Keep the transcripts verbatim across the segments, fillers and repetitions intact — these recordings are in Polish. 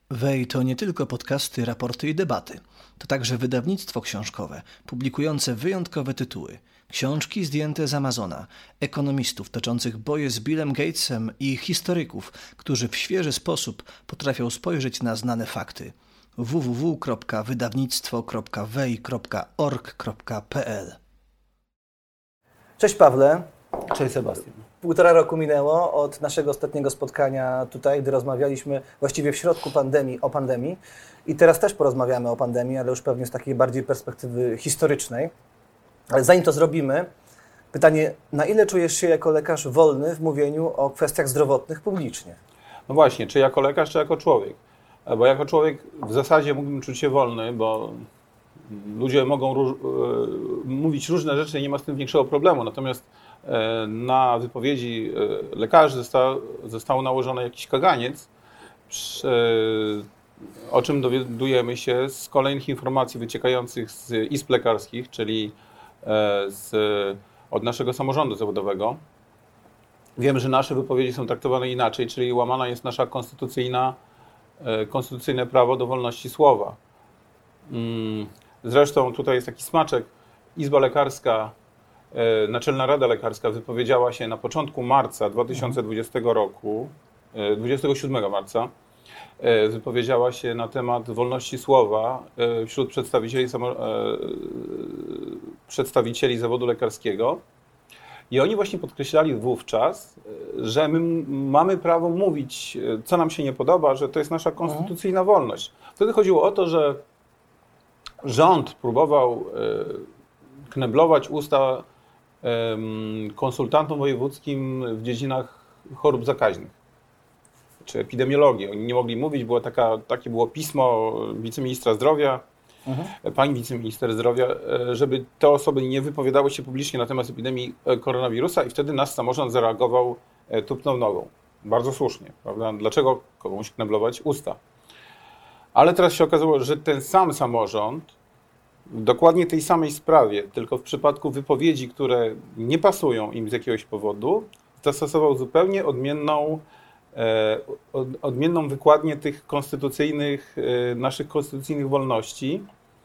Wej to nie tylko podcasty, raporty i debaty. To także wydawnictwo książkowe, publikujące wyjątkowe tytuły. Książki zdjęte z Amazona, ekonomistów toczących boje z Billem Gatesem i historyków, którzy w świeży sposób potrafią spojrzeć na znane fakty. w w w kropka wydawnictwo kropka wej kropka org kropka p l. Cześć Pawle. Cześć Sebastian. Półtora roku minęło od naszego ostatniego spotkania tutaj, gdy rozmawialiśmy właściwie w środku pandemii o pandemii. I teraz też porozmawiamy o pandemii, ale już pewnie z takiej bardziej perspektywy historycznej. Ale zanim to zrobimy, pytanie, na ile czujesz się jako lekarz wolny w mówieniu o kwestiach zdrowotnych publicznie? No właśnie, czy jako lekarz, czy jako człowiek? Bo jako człowiek w zasadzie mógłbym czuć się wolny, bo ludzie mogą róż, mówić różne rzeczy i nie ma z tym większego problemu. Natomiast na wypowiedzi lekarzy został, został nałożony jakiś kaganiec, o czym dowiadujemy się z kolejnych informacji wyciekających z izb lekarskich, czyli z, od naszego samorządu zawodowego. Wiemy, że nasze wypowiedzi są traktowane inaczej, czyli łamana jest nasza konstytucyjna, konstytucyjne prawo do wolności słowa. Zresztą tutaj jest taki smaczek. Izba lekarska, Naczelna Rada Lekarska wypowiedziała się na początku marca dwa tysiące dwudziestego roku, dwudziestego siódmego marca, wypowiedziała się na temat wolności słowa wśród przedstawicieli, przedstawicieli zawodu lekarskiego. I oni właśnie podkreślali wówczas, że my mamy prawo mówić, co nam się nie podoba, że to jest nasza konstytucyjna wolność. Wtedy chodziło o to, że rząd próbował kneblować usta konsultantom wojewódzkim w dziedzinach chorób zakaźnych czy epidemiologii. Oni nie mogli mówić, było taka, takie było pismo wiceministra zdrowia, mhm. pani wiceminister zdrowia, żeby te osoby nie wypowiadały się publicznie na temat epidemii koronawirusa i wtedy nasz samorząd zareagował, tupnął nogą. Bardzo słusznie, prawda? Dlaczego komuś kneblować usta? Ale teraz się okazało, że ten sam samorząd w dokładnie tej samej sprawie, tylko w przypadku wypowiedzi, które nie pasują im z jakiegoś powodu, zastosował zupełnie odmienną, e, od, odmienną wykładnię tych konstytucyjnych, e, naszych konstytucyjnych wolności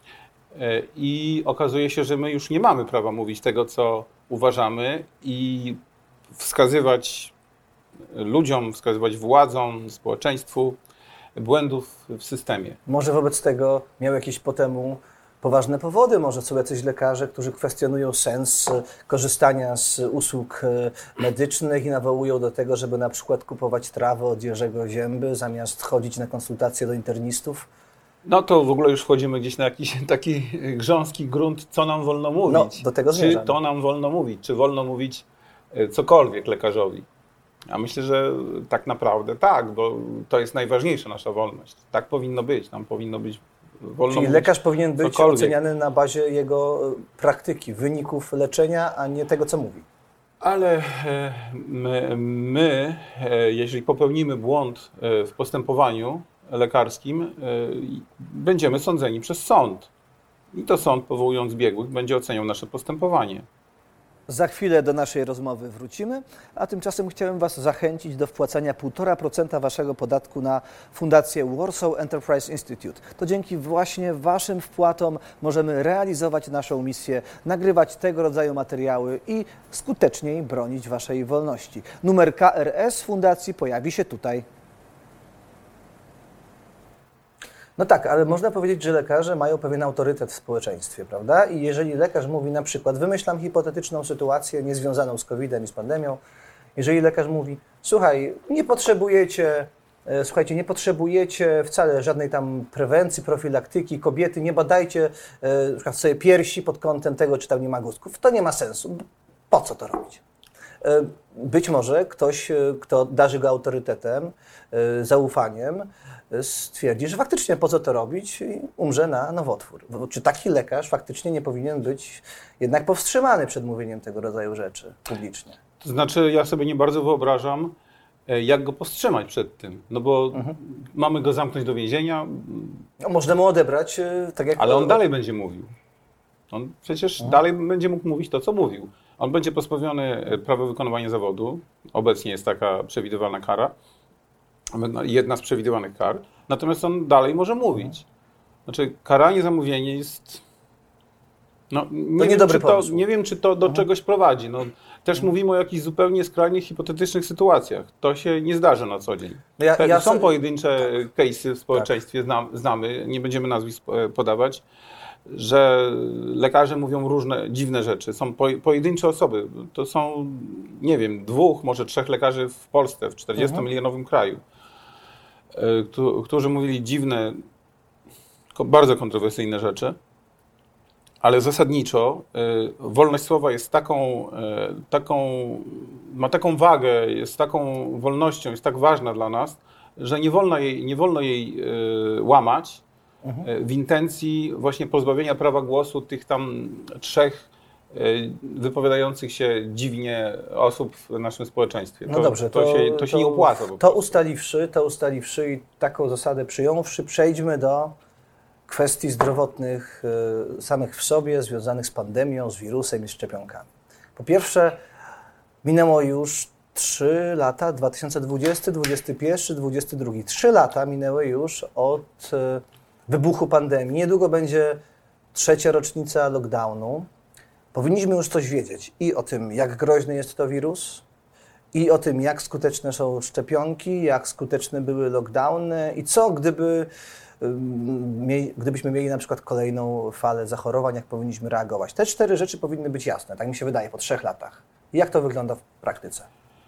e, i okazuje się, że my już nie mamy prawa mówić tego, co uważamy i wskazywać ludziom, wskazywać władzom, społeczeństwu błędów w systemie. Może wobec tego miał jakieś potem poważne powody, może są jacyś lekarze, którzy kwestionują sens korzystania z usług medycznych i nawołują do tego, żeby na przykład kupować trawę od Jerzego Zięby, zamiast chodzić na konsultacje do internistów? No to w ogóle już wchodzimy gdzieś na jakiś taki grząski grunt, co nam wolno mówić. No, do tego zmierzam. Czy to nam wolno mówić, czy wolno mówić cokolwiek lekarzowi. Ja myślę, że tak naprawdę tak, bo to jest najważniejsza nasza wolność. Tak powinno być, nam powinno być wolno. Czyli lekarz powinien być cokolwiek. oceniany na bazie jego praktyki, wyników leczenia, a nie tego, co mówi. Ale my, my jeżeli popełnimy błąd w postępowaniu lekarskim, będziemy sądzeni przez sąd. I to sąd, powołując biegłych, będzie oceniał nasze postępowanie. Za chwilę do naszej rozmowy wrócimy, a tymczasem chciałem Was zachęcić do wpłacania półtora procenta Waszego podatku na Fundację Warsaw Enterprise Institute. To dzięki właśnie Waszym wpłatom możemy realizować naszą misję, nagrywać tego rodzaju materiały i skuteczniej bronić Waszej wolności. Numer K R S Fundacji pojawi się tutaj. No tak, ale można powiedzieć, że lekarze mają pewien autorytet w społeczeństwie, prawda? I jeżeli lekarz mówi na przykład, wymyślam hipotetyczną sytuację niezwiązaną z kowidem i z pandemią, jeżeli lekarz mówi, słuchaj, nie potrzebujecie, e, słuchajcie, nie potrzebujecie wcale żadnej tam prewencji, profilaktyki, kobiety, nie badajcie e, na przykład sobie piersi pod kątem tego, czy tam nie ma guzków, to nie ma sensu. Po co to robić? E, być może ktoś, kto darzy go autorytetem, e, zaufaniem, stwierdzi, że faktycznie po co to robić i umrze na nowotwór. Czy taki lekarz faktycznie nie powinien być jednak powstrzymany przed mówieniem tego rodzaju rzeczy publicznie? To znaczy, ja sobie nie bardzo wyobrażam, jak go powstrzymać przed tym. No bo mhm. mamy go zamknąć do więzienia. No, można mu odebrać, tak jak... Ale on dalej będzie mówił. On przecież mhm. dalej będzie mógł mówić to, co mówił. On będzie pozbawiony prawa wykonywania zawodu. Obecnie jest taka przewidywana kara. jedna z przewidywanych kar, natomiast on dalej może mówić. Znaczy, karanie za mówienie jest... No, nie, to wiem, czy to, pomysł. nie wiem, czy to do mhm. czegoś prowadzi. No, też mhm. mówimy o jakichś zupełnie skrajnych, hipotetycznych sytuacjach. To się nie zdarza na co dzień. Ja, ja Są sobie... pojedyncze tak. case'y w społeczeństwie, tak. znam, znamy, nie będziemy nazwisk podawać, że lekarze mówią różne dziwne rzeczy. Są po, pojedyncze osoby. To są, nie wiem, dwóch, może trzech lekarzy w Polsce, w czterdziestomilionowym mhm. kraju, którzy mówili dziwne, bardzo kontrowersyjne rzeczy. Ale zasadniczo y, wolność słowa jest taką, y, taką, ma taką wagę, jest taką wolnością, jest tak ważna dla nas, że nie wolno jej, nie wolno jej y, łamać mhm. y, w intencji właśnie pozbawienia prawa głosu tych tam trzech y, wypowiadających się dziwnie osób w naszym społeczeństwie. No to, dobrze, to, to, się, to się to, nie opłaca. To ustaliwszy, to ustaliwszy i taką zasadę przyjąwszy, przejdźmy do kwestii zdrowotnych y, samych w sobie, związanych z pandemią, z wirusem i szczepionkami. Po pierwsze, minęło już trzy lata, dwa tysiące dwudziesty, dwudziesty pierwszy, dwudziesty drugi. Trzy lata minęły już od y, wybuchu pandemii. Niedługo będzie trzecia rocznica lockdownu. Powinniśmy już coś wiedzieć i o tym, jak groźny jest to wirus, i o tym, jak skuteczne są szczepionki, jak skuteczne były lockdowny i co, gdyby gdybyśmy mieli na przykład kolejną falę zachorowań, jak powinniśmy reagować. Te cztery rzeczy powinny być jasne, tak mi się wydaje, po trzech latach. Jak to wygląda w praktyce?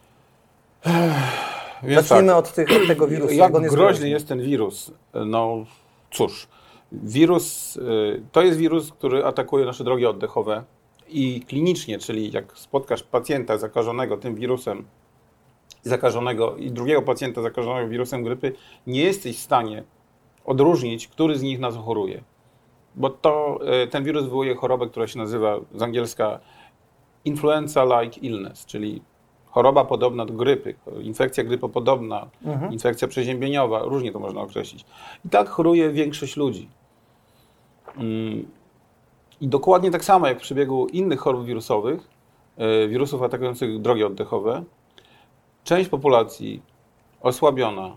Więc Zacznijmy tak, od, tych, od tego wirusa. Jak groźny groźny jest ten wirus? No cóż, wirus to jest wirus, który atakuje nasze drogi oddechowe i klinicznie, czyli jak spotkasz pacjenta zakażonego tym wirusem, zakażonego i drugiego pacjenta zakażonego wirusem grypy, nie jesteś w stanie odróżnić, który z nich nas choruje. Bo to, ten wirus wywołuje chorobę, która się nazywa z angielska influenza-like illness, czyli choroba podobna do grypy, infekcja grypopodobna, mhm. infekcja przeziębieniowa, różnie to można określić. I tak choruje większość ludzi. I dokładnie tak samo jak w przebiegu innych chorób wirusowych, wirusów atakujących drogi oddechowe, część populacji osłabiona,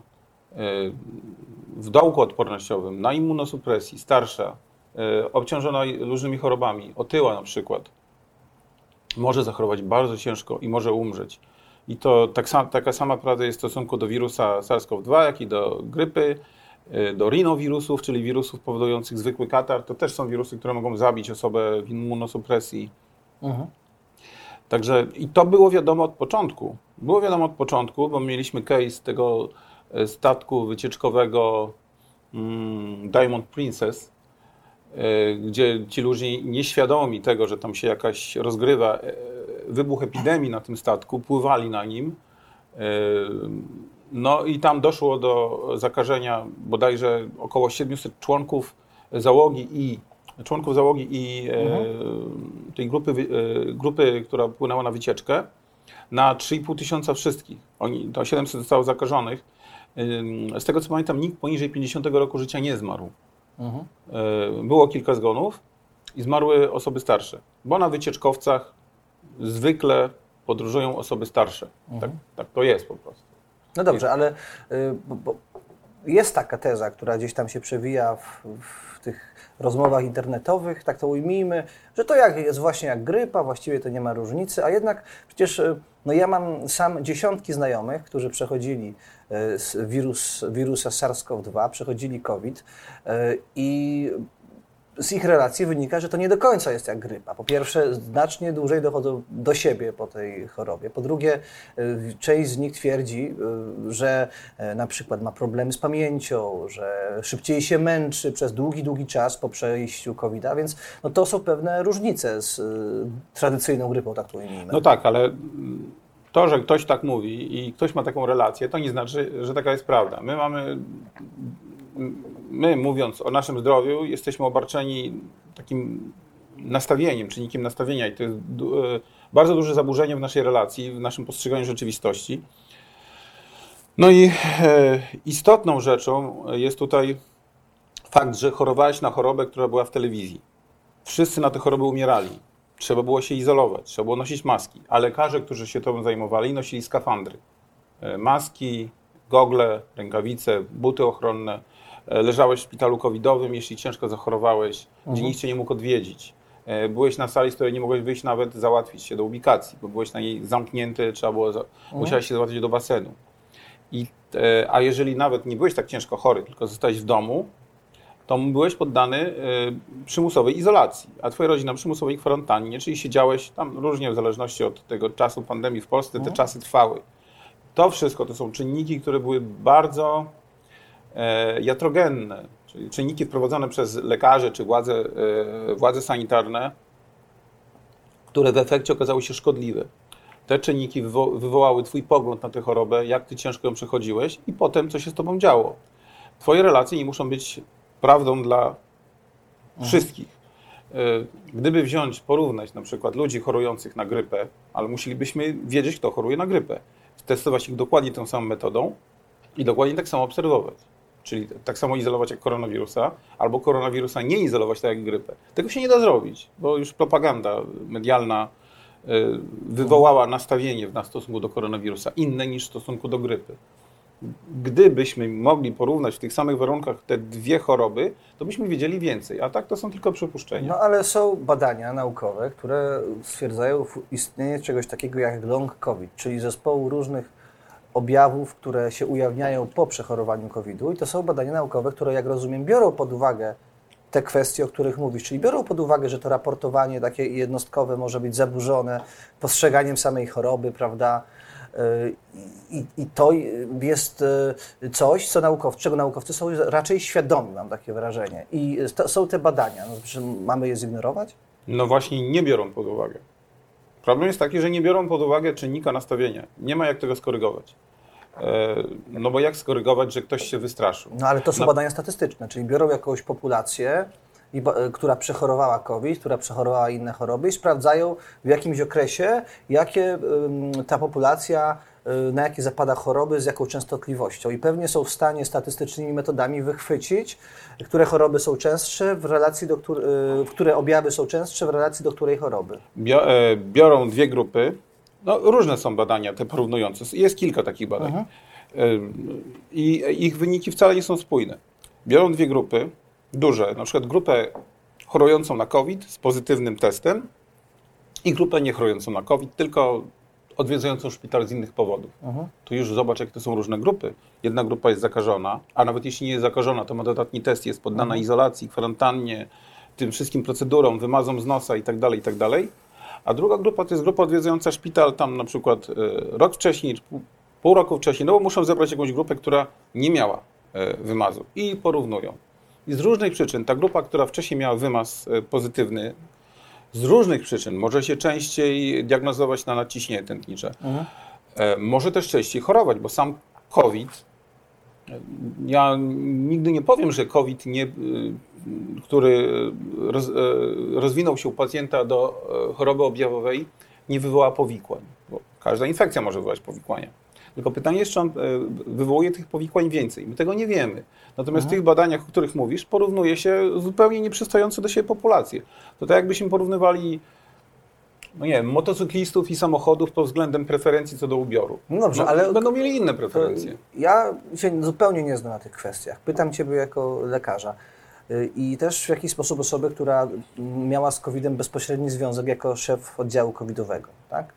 w dołku odpornościowym, na immunosupresji, starsza, obciążona różnymi chorobami, otyła na przykład, może zachorować bardzo ciężko i może umrzeć. I to tak sam, taka sama prawda jest w stosunku do wirusa SARS-CoV dwa, jak i do grypy, do rinowirusów, czyli wirusów powodujących zwykły katar. To też są wirusy, które mogą zabić osobę w immunosupresji. Mhm. Także i to było wiadomo od początku. Było wiadomo od początku, bo mieliśmy case tego statku wycieczkowego mm, Diamond Princess, y, gdzie ci ludzie nieświadomi tego, że tam się jakaś rozgrywa y, wybuch epidemii na tym statku, pływali na nim. Y, no i tam doszło do zakażenia bodajże około siedmiuset członków załogi i członków załogi i mhm. y, tej grupy, y, grupy, która płynęła na wycieczkę, na trzy i pół tysiąca wszystkich. Oni, to siedemset zostało zakażonych. Z tego co pamiętam, nikt poniżej pięćdziesiątego roku życia nie zmarł. Mhm. Było kilka zgonów i zmarły osoby starsze, bo na wycieczkowcach zwykle podróżują osoby starsze. Mhm. Tak, tak to jest po prostu. No dobrze, ale y, bo jest taka teza, która gdzieś tam się przewija w, w tych rozmowach internetowych, tak to ujmijmy, że to jak jest właśnie jak grypa, właściwie to nie ma różnicy, a jednak przecież no ja mam sam dziesiątki znajomych, którzy przechodzili wirus, wirusa SARS-CoV dwa, przechodzili COVID i z ich relacji wynika, że to nie do końca jest jak grypa. Po pierwsze, znacznie dłużej dochodzą do siebie po tej chorobie. Po drugie, część z nich twierdzi, że na przykład ma problemy z pamięcią, że szybciej się męczy przez długi, długi czas po przejściu kowida, więc no to są pewne różnice z tradycyjną grypą, tak to ujmijmy. No tak, ale to, że ktoś tak mówi i ktoś ma taką relację, to nie znaczy, że taka jest prawda. My mamy... My, mówiąc o naszym zdrowiu, jesteśmy obarczeni takim nastawieniem, czynnikiem nastawienia i to jest bardzo duże zaburzenie w naszej relacji, w naszym postrzeganiu rzeczywistości. No i e, istotną rzeczą jest tutaj fakt, że chorowałeś na chorobę, która była w telewizji. Wszyscy na tę chorobę umierali. Trzeba było się izolować, trzeba było nosić maski, a lekarze, którzy się tym zajmowali, nosili skafandry. E, maski, gogle, rękawice, buty ochronne. Leżałeś w szpitalu covidowym, jeśli ciężko zachorowałeś, mhm. gdzie nikt cię nie mógł odwiedzić. Byłeś na sali, z której nie mogłeś wyjść nawet załatwić się do ubikacji, bo byłeś na niej zamknięty, trzeba było, mhm. musiałeś się załatwić do basenu. I, a jeżeli nawet nie byłeś tak ciężko chory, tylko zostałeś w domu, to byłeś poddany przymusowej izolacji, a twoja rodzina przymusowej kwarantannie, czyli siedziałeś tam różnie w zależności od tego czasu pandemii w Polsce, te czasy trwały. To wszystko to są czynniki, które były bardzo e, iatrogenne, czyli czynniki wprowadzone przez lekarzy czy władze, e, władze sanitarne, które w efekcie okazały się szkodliwe. Te czynniki wywo- wywołały twój pogląd na tę chorobę, jak ty ciężko ją przechodziłeś i potem co się z tobą działo. Twoje relacje nie muszą być prawdą dla mhm. wszystkich. Gdyby wziąć, porównać na przykład ludzi chorujących na grypę, ale musielibyśmy wiedzieć, kto choruje na grypę. Testować ich dokładnie tą samą metodą i dokładnie tak samo obserwować. Czyli tak samo izolować jak koronawirusa, albo koronawirusa nie izolować tak jak grypę. Tego się nie da zrobić, bo już propaganda medialna wywołała nastawienie w nas w stosunku do koronawirusa inne niż w stosunku do grypy. Gdybyśmy mogli porównać w tych samych warunkach te dwie choroby, to byśmy wiedzieli więcej, a tak to są tylko przypuszczenia. No ale są badania naukowe, które stwierdzają istnienie czegoś takiego jak long COVID, czyli zespołu różnych objawów, które się ujawniają po przechorowaniu kowida. I to są badania naukowe, które, jak rozumiem, biorą pod uwagę te kwestie, o których mówisz, czyli biorą pod uwagę, że to raportowanie takie jednostkowe może być zaburzone postrzeganiem samej choroby, prawda? I, I to jest coś, co naukowcy, czego naukowcy są raczej świadomi, mam takie wrażenie. I to są te badania. No, czy mamy je zignorować? No właśnie nie biorą pod uwagę. Problem jest taki, że nie biorą pod uwagę czynnika nastawienia. Nie ma jak tego skorygować. No bo jak skorygować, że ktoś się wystraszył? No ale to są no. badania statystyczne, czyli biorą jakąś populację, I, która przechorowała COVID, która przechorowała inne choroby i sprawdzają w jakimś okresie, jakie y, ta populacja, y, na jakie zapada choroby, z jaką częstotliwością. I pewnie są w stanie statystycznymi metodami wychwycić, które choroby są częstsze w relacji do, y, które objawy są częstsze w relacji do której choroby. Biorą dwie grupy. No, różne są badania te porównujące. Jest kilka takich badań. Mhm. I ich wyniki wcale nie są spójne. Biorą dwie grupy, duże, na przykład grupę chorującą na COVID z pozytywnym testem i grupę nie chorującą na COVID, tylko odwiedzającą szpital z innych powodów. Mhm. Tu już zobacz, jak to są różne grupy. Jedna grupa jest zakażona, a nawet jeśli nie jest zakażona, to ma dodatni test, jest poddana mhm. izolacji, kwarantannie, tym wszystkim procedurom, wymazom z nosa i tak dalej, i tak dalej. A druga grupa to jest grupa odwiedzająca szpital tam na przykład y, rok wcześniej, czy pół, pół roku wcześniej, no bo muszą zebrać jakąś grupę, która nie miała y, wymazu i porównują. I z różnych przyczyn ta grupa, która wcześniej miała wymaz y, pozytywny, z różnych przyczyn może się częściej diagnozować na nadciśnienie tętnicze. Mhm. Y, może też częściej chorować, bo sam COVID, ja nigdy nie powiem, że COVID, nie, który roz, rozwinął się u pacjenta do choroby objawowej, nie wywoła powikłań, bo każda infekcja może wywołać powikłania. Tylko pytanie jest, czy on wywołuje tych powikłań więcej. My tego nie wiemy. Natomiast mhm. w tych badaniach, o których mówisz, porównuje się zupełnie nieprzystające do siebie populacje. To tak jakbyśmy porównywali no nie wiem, motocyklistów i samochodów pod względem preferencji co do ubioru. No dobrze, no, ale będą mieli inne preferencje. Ja się zupełnie nie znam na tych kwestiach. Pytam Ciebie jako lekarza i też w jakiś sposób osobę, która miała z kowidem bezpośredni związek jako szef oddziału covidowego. Tak?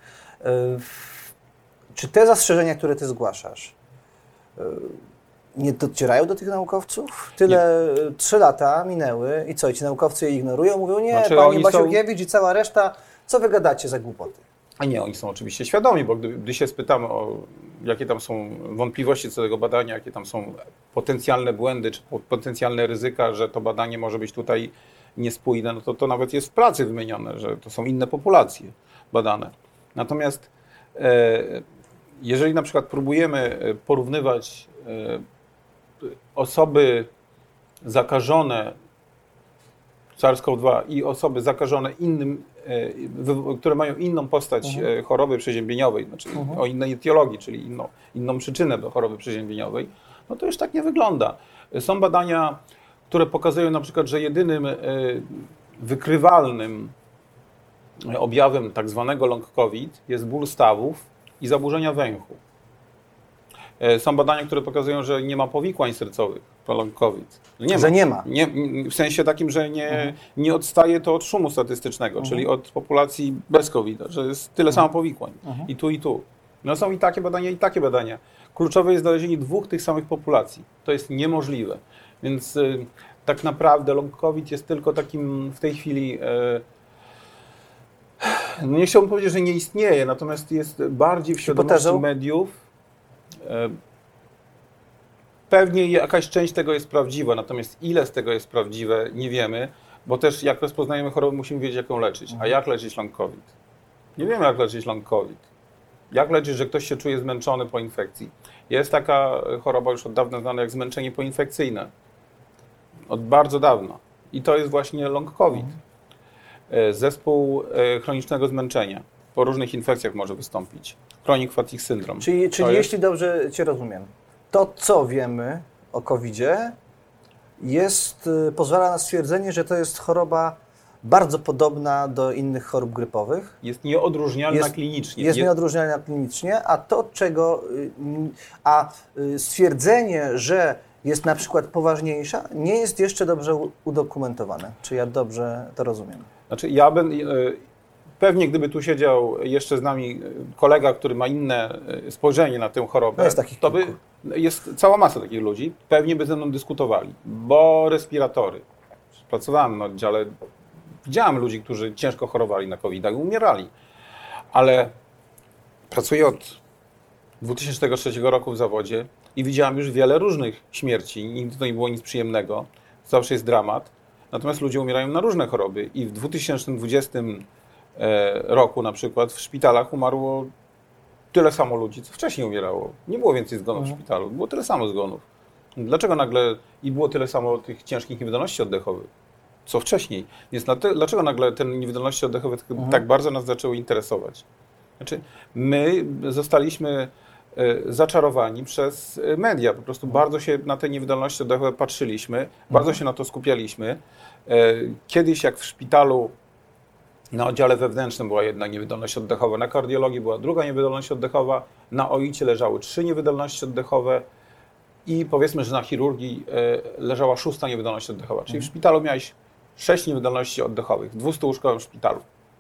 Czy te zastrzeżenia, które Ty zgłaszasz, nie docierają do tych naukowców? Tyle, nie. trzy lata minęły i co, i ci naukowcy je ignorują? Mówią, nie, znaczy, Panie Basiukiewicz są... i cała reszta, co wy gadacie za głupoty? A nie, oni są oczywiście świadomi, bo gdy, gdy się spytamy o jakie tam są wątpliwości co do tego badania, jakie tam są potencjalne błędy, czy potencjalne ryzyka, że to badanie może być tutaj niespójne, no to to nawet jest w pracy wymienione, że to są inne populacje badane. Natomiast e, jeżeli na przykład próbujemy porównywać e, osoby zakażone SARS-CoV dwa i osoby zakażone innym, które mają inną postać mhm. choroby przeziębieniowej, znaczy mhm. o innej etiologii, czyli inną, inną przyczynę do choroby przeziębieniowej, no to już tak nie wygląda. Są badania, które pokazują na przykład, że jedynym wykrywalnym objawem tak zwanego long COVID jest ból stawów i zaburzenia węchu. Są badania, które pokazują, że nie ma powikłań sercowych po long COVID. Nie że ma. nie ma. Nie, w sensie takim, że nie, mhm. nie odstaje to od szumu statystycznego, mhm. czyli od populacji bez COVID, że jest tyle mhm. samo powikłań. Mhm. I tu, i tu. No są i takie badania, i takie badania. Kluczowe jest znalezienie dwóch tych samych populacji. To jest niemożliwe. Więc y, tak naprawdę long COVID jest tylko takim w tej chwili... Y, no nie chciałbym powiedzieć, że nie istnieje, natomiast jest bardziej w świadomości Hipotezą? mediów. Pewnie jakaś część tego jest prawdziwa, natomiast ile z tego jest prawdziwe, nie wiemy, bo też jak rozpoznajemy chorobę, musimy wiedzieć, jak ją leczyć. A jak leczyć long COVID? Nie wiemy, jak leczyć long COVID. Jak leczyć, że ktoś się czuje zmęczony po infekcji? Jest taka choroba już od dawna znana jak zmęczenie poinfekcyjne. Od bardzo dawna. I to jest właśnie long COVID. Zespół chronicznego zmęczenia. Po różnych infekcjach może wystąpić. Chronic fatigue syndrome. Czyli, czyli jeśli dobrze Cię rozumiem, to co wiemy o kowidzie jest, pozwala na stwierdzenie, że to jest choroba bardzo podobna do innych chorób grypowych. Jest nieodróżnialna jest, klinicznie. Jest nieodróżnialna klinicznie, a to czego, a stwierdzenie, że jest na przykład poważniejsza, nie jest jeszcze dobrze udokumentowane. Czy ja dobrze to rozumiem? Znaczy ja bym, pewnie gdyby tu siedział jeszcze z nami kolega, który ma inne spojrzenie na tę chorobę, no jest to by, jest cała masa takich ludzi, pewnie by ze mną dyskutowali, bo respiratory. Pracowałem na oddziale, widziałem ludzi, którzy ciężko chorowali na COVID i umierali, ale pracuję od dwa tysiące trzeciego roku w zawodzie i widziałem już wiele różnych śmierci, nigdy to nie było nic przyjemnego, zawsze jest dramat, natomiast ludzie umierają na różne choroby i w dwa tysiące dwudziestym roku na przykład w szpitalach umarło tyle samo ludzi, co wcześniej umierało. Nie było więcej zgonów mhm. w szpitalu, było tyle samo zgonów. Dlaczego nagle i było tyle samo tych ciężkich niewydolności oddechowych, co wcześniej? Więc dlaczego nagle te niewydolności oddechowe mhm. tak bardzo nas zaczęły interesować? Znaczy, my zostaliśmy zaczarowani przez media. Po prostu mhm. bardzo się na te niewydolności oddechowe patrzyliśmy, mhm. bardzo się na to skupialiśmy. Kiedyś jak w szpitalu na oddziale wewnętrznym była jedna niewydolność oddechowa, na kardiologii była druga niewydolność oddechowa, na O I C-ie leżały trzy niewydolności oddechowe i powiedzmy, że na chirurgii leżała szósta niewydolność oddechowa. Czyli w szpitalu miałeś sześć niewydolności oddechowych w dwustułóżkowym szpitalu.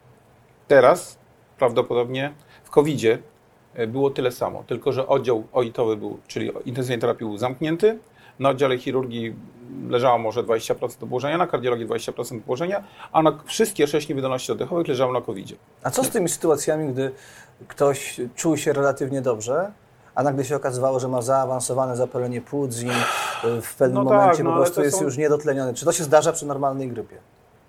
Teraz prawdopodobnie w kowidzie było tyle samo, tylko że oddział O I T-owy był, czyli intensywnej terapii był zamknięty, na oddziale chirurgii leżało może dwadzieścia procent obłożenia, na kardiologii dwadzieścia procent obłożenia, a na wszystkie sześć niewydolności oddechowych leżało na kowidzie. A co z tymi sytuacjami, gdy ktoś czuł się relatywnie dobrze, a nagle się okazywało, że ma zaawansowane zapalenie płuc i w pewnym no momencie tak, no, po prostu jest są... już niedotleniony? Czy to się zdarza przy normalnej grypie?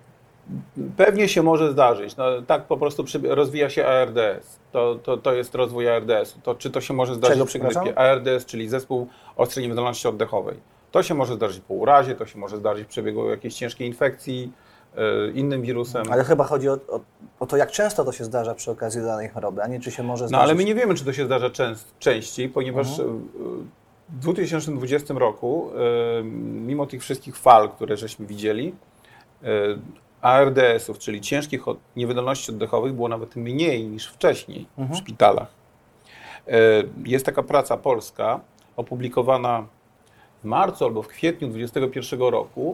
Pewnie się może zdarzyć. No, tak po prostu przy, rozwija się A R D S. To, to, to jest rozwój A R D S-u. To, czy to się może zdarzyć Czego, przy grypie? A R D S, czyli zespół ostrej niewydolności oddechowej. To się może zdarzyć po urazie, to się może zdarzyć w przebiegu jakiejś ciężkiej infekcji, yy, innym wirusem. Ale chyba chodzi o, o, o to, jak często to się zdarza przy okazji danej choroby, a nie czy się może zdarzyć. No ale my nie wiemy, czy to się zdarza częst, częściej, ponieważ mhm. w dwa tysiące dwudziestym roku, yy, mimo tych wszystkich fal, które żeśmy widzieli, yy, A R D S-ów, czyli ciężkich niewydolności oddechowych, było nawet mniej niż wcześniej mhm. w szpitalach. Jest taka praca polska, opublikowana w marcu albo w kwietniu dwudziestego pierwszego roku,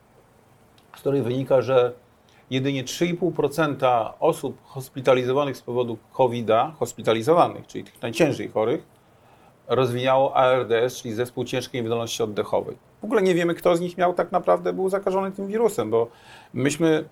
z której wynika, że jedynie trzy i pół procent osób hospitalizowanych z powodu kowida, hospitalizowanych, czyli tych najciężej chorych, rozwijało A R D S, czyli zespół ciężkiej niewydolności oddechowej. W ogóle nie wiemy, kto z nich miał tak naprawdę, był zakażony tym wirusem, bo myśmy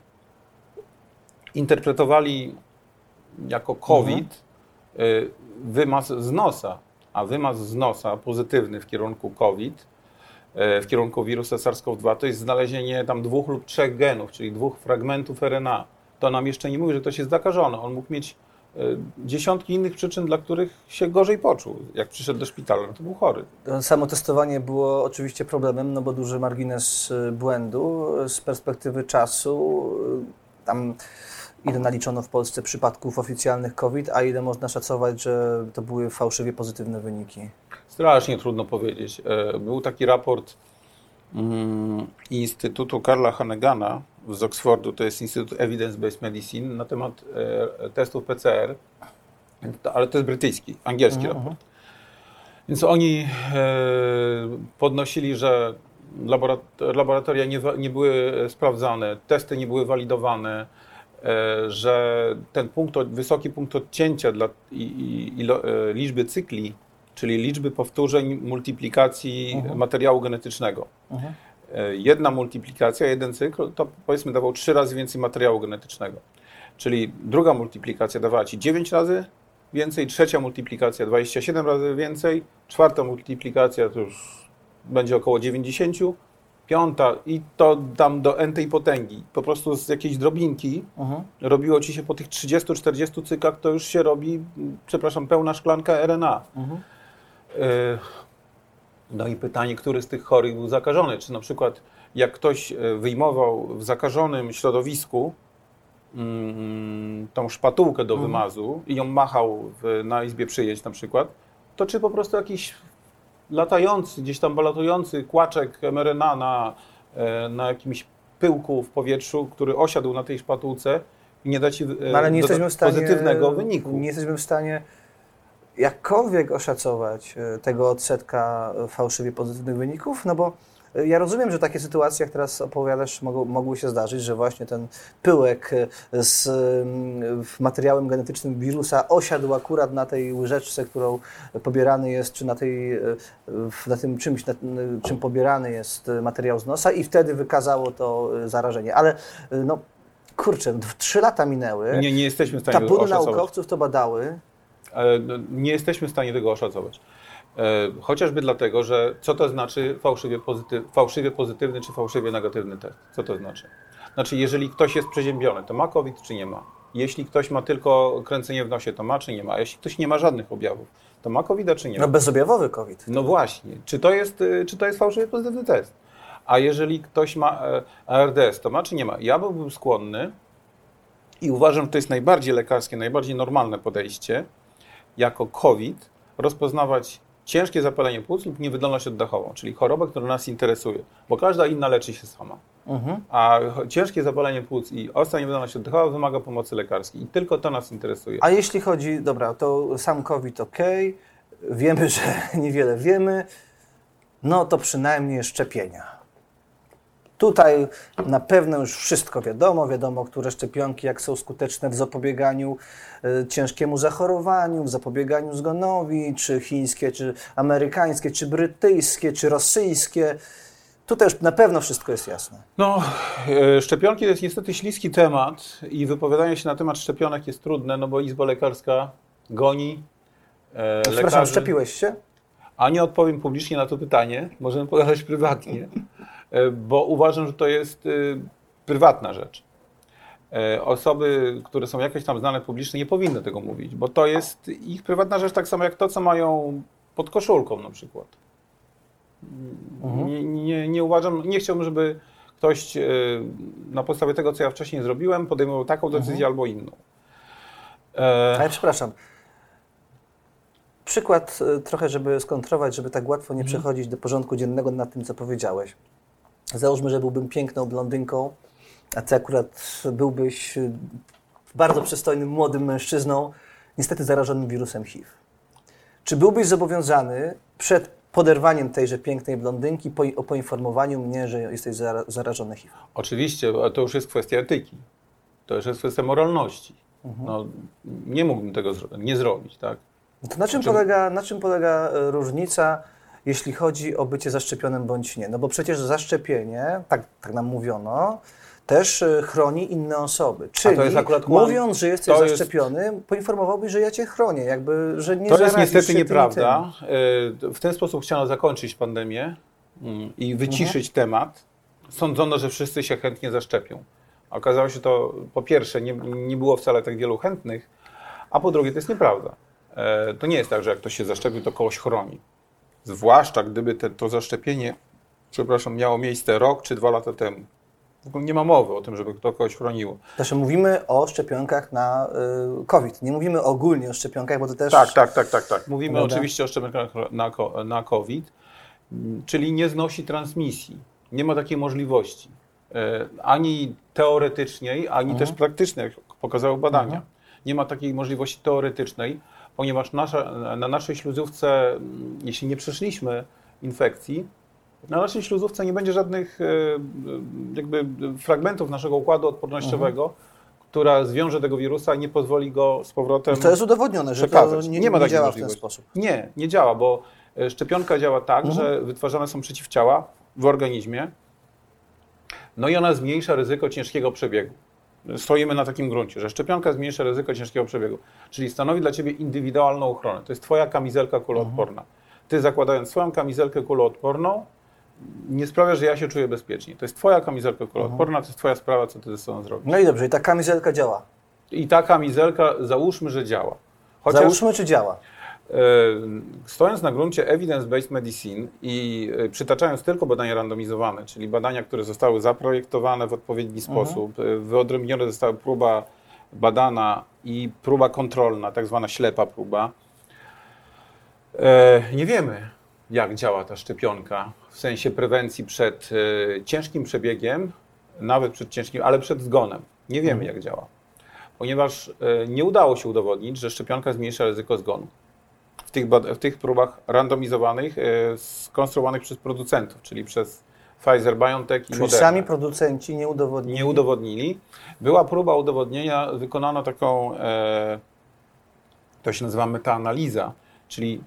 interpretowali jako COVID mhm. wymaz z nosa, a wymaz z nosa pozytywny w kierunku COVID, w kierunku wirusa SARS-CoV dwa, to jest znalezienie tam dwóch lub trzech genów, czyli dwóch fragmentów R N A. To nam jeszcze nie mówi, że ktoś jest zakażony. On mógł mieć dziesiątki innych przyczyn, dla których się gorzej poczuł. Jak przyszedł do szpitala, no to był chory. Samo testowanie było oczywiście problemem, no bo duży margines błędu z perspektywy czasu. Tam ile naliczono w Polsce przypadków oficjalnych COVID, a ile można szacować, że to były fałszywie pozytywne wyniki? Strasznie trudno powiedzieć. Był taki raport um, Instytutu Karla Hanegana z Oxfordu, to jest Instytut Evidence-Based Medicine, na temat e, testów P C R, to, ale to jest brytyjski, angielski uh-huh. raport. Więc oni podnosili, że laboratoria nie, nie były sprawdzane, testy nie były walidowane, że ten punkt, wysoki punkt odcięcia dla i, i, i liczby cykli, czyli liczby powtórzeń multiplikacji uh-huh. materiału genetycznego. Uh-huh. Jedna multiplikacja, jeden cykl, to powiedzmy dawał trzy razy więcej materiału genetycznego. Czyli druga multiplikacja dawała ci dziewięć razy więcej, trzecia multiplikacja dwadzieścia siedem razy więcej, czwarta multiplikacja to już będzie około dziewięćdziesiąt, piąta i to dam do n tej potęgi. Po prostu z jakiejś drobinki uh-huh. robiło ci się po tych trzydziestu czterdziestu cyklach, to już się robi, przepraszam, pełna szklanka R N A. Uh-huh. No i pytanie, który z tych chorych był zakażony? Czy na przykład jak ktoś wyjmował w zakażonym środowisku mm, tą szpatułkę do mhm. wymazu i ją machał w, na izbie przyjęć na przykład, to czy po prostu jakiś latający, gdzieś tam balatujący kłaczek em R N A na, na jakimś pyłku w powietrzu, który osiadł na tej szpatułce i nie da ci no, ale nie jesteśmy w stanie, pozytywnego wyniku. Nie jesteśmy w stanie jakkolwiek oszacować tego odsetka fałszywie pozytywnych wyników, no bo ja rozumiem, że takie sytuacje, jak teraz opowiadasz, mogą, mogły się zdarzyć, że właśnie ten pyłek z materiałem genetycznym wirusa osiadł akurat na tej łyżeczce, którą pobierany jest, czy na, tej, na tym czymś, na czym pobierany jest materiał z nosa i wtedy wykazało to zarażenie. Ale no kurczę, trzy lata minęły, nie, nie jesteśmy w stanie tabuny naukowców to badały. Nie jesteśmy w stanie tego oszacować. Chociażby dlatego, że co to znaczy fałszywie, pozytyw, fałszywie pozytywny czy fałszywie negatywny test? Co to znaczy? Znaczy, jeżeli ktoś jest przeziębiony, to ma COVID czy nie ma? Jeśli ktoś ma tylko kręcenie w nosie, to ma czy nie ma? A jeśli ktoś nie ma żadnych objawów, to ma COVID czy nie ma? No bezobjawowy COVID. No właśnie. Czy to jest, czy to jest fałszywie pozytywny test? A jeżeli ktoś ma A R D S, to ma czy nie ma? Ja byłbym skłonny i uważam, że to jest najbardziej lekarskie, najbardziej normalne podejście, jako COVID rozpoznawać ciężkie zapalenie płuc lub niewydolność oddechową, czyli chorobę, która nas interesuje, bo każda inna leczy się sama. Uh-huh. A ciężkie zapalenie płuc i ostra niewydolność oddechowa wymaga pomocy lekarskiej i tylko to nas interesuje. A jeśli chodzi, dobra, to sam COVID ok, wiemy, że niewiele wiemy, no to przynajmniej szczepienia. Tutaj na pewno już wszystko wiadomo, wiadomo, które szczepionki, jak są skuteczne w zapobieganiu y, ciężkiemu zachorowaniu, w zapobieganiu zgonowi, czy chińskie, czy amerykańskie, czy brytyjskie, czy rosyjskie. Tutaj już na pewno wszystko jest jasne. No, y, szczepionki to jest niestety śliski temat i wypowiadanie się na temat szczepionek jest trudne, no bo Izba Lekarska goni y, Przepraszam, lekarzy. Szczepiłeś się? A nie odpowiem publicznie na to pytanie, możemy pogadać prywatnie. Bo uważam, że to jest y, prywatna rzecz. Y, osoby, które są jakieś tam znane publicznie, nie powinny tego mówić, bo to jest ich prywatna rzecz, tak samo jak to, co mają pod koszulką na przykład. Mhm. Nie, nie, nie uważam, nie chciałbym, żeby ktoś y, na podstawie tego, co ja wcześniej zrobiłem, podejmował taką decyzję mhm. albo inną. E... Ale przepraszam. Przykład y, trochę, żeby skontrować, żeby tak łatwo nie mhm. przechodzić do porządku dziennego nad tym, co powiedziałeś. Załóżmy, że byłbym piękną blondynką, a ty akurat byłbyś bardzo przystojnym, młodym mężczyzną, niestety zarażonym wirusem H I V. Czy byłbyś zobowiązany przed poderwaniem tejże pięknej blondynki po, o poinformowaniu mnie, że jesteś zarażony H I V? Oczywiście, a to już jest kwestia etyki. To już jest kwestia moralności. Mhm. No, nie mógłbym tego zro- nie zrobić, tak? No to na czym, czym... polega, na czym polega różnica, jeśli chodzi o bycie zaszczepionym bądź nie? No bo przecież zaszczepienie, tak, tak nam mówiono, też chroni inne osoby. Czyli to jest akurat mówiąc, że jesteś to zaszczepiony, jest... poinformowałbyś, że ja cię chronię, jakby, że nie To jest niestety nieprawda. W ten sposób chciano zakończyć pandemię i wyciszyć mhm. temat. Sądzono, że wszyscy się chętnie zaszczepią. Okazało się to, po pierwsze, nie, nie było wcale tak wielu chętnych, a po drugie, to jest nieprawda. To nie jest tak, że jak ktoś się zaszczepił, to kogoś chroni. Zwłaszcza gdyby te, to zaszczepienie, przepraszam, miało miejsce rok czy dwa lata temu. W ogóle nie ma mowy o tym, żeby to kogoś chroniło. Znaczy mówimy o szczepionkach na y, COVID. Nie mówimy ogólnie o szczepionkach, bo to też... Tak, tak, tak, tak. tak. Mówimy Prawda? oczywiście o szczepionkach na, na COVID, czyli nie znosi transmisji. Nie ma takiej możliwości. Y, ani teoretycznej, ani mhm. też praktycznej, jak pokazały badania. Mhm. Nie ma takiej możliwości teoretycznej, ponieważ nasza, na naszej śluzówce, jeśli nie przeszliśmy infekcji, na naszej śluzówce nie będzie żadnych jakby fragmentów naszego układu odpornościowego, mhm. która zwiąże tego wirusa i nie pozwoli go z powrotem I to jest udowodnione, że przekazać. to nie, nie, ma nie działa możliwości. w ten sposób. Nie, nie działa, bo szczepionka działa tak, mhm. że wytwarzane są przeciwciała w organizmie, no i ona zmniejsza ryzyko ciężkiego przebiegu. Stoimy na takim gruncie, że szczepionka zmniejsza ryzyko ciężkiego przebiegu, czyli stanowi dla Ciebie indywidualną ochronę. To jest Twoja kamizelka kuloodporna. Ty, zakładając swoją kamizelkę kuloodporną, nie sprawia, że ja się czuję bezpiecznie. To jest Twoja kamizelka kuloodporna, to jest Twoja sprawa, co Ty ze sobą zrobisz. No i dobrze, i ta kamizelka działa. I ta kamizelka, załóżmy, że działa. Chociaż, załóżmy, czy działa? Stojąc na gruncie evidence-based medicine i przytaczając tylko badania randomizowane, czyli badania, które zostały zaprojektowane w odpowiedni mhm. sposób, wyodrębnione została próba badana i próba kontrolna, tak zwana ślepa próba, nie wiemy, jak działa ta szczepionka w sensie prewencji przed ciężkim przebiegiem, nawet przed ciężkim, ale przed zgonem. Nie wiemy, mhm. jak działa, ponieważ nie udało się udowodnić, że szczepionka zmniejsza ryzyko zgonu. W tych, w tych próbach randomizowanych, e, skonstruowanych przez producentów, czyli przez Pfizer, BioNTech i czyli Moderna. Sami producenci nie udowodnili? Nie udowodnili. Była próba udowodnienia, wykonano taką, e, to się nazywa metaanaliza, czyli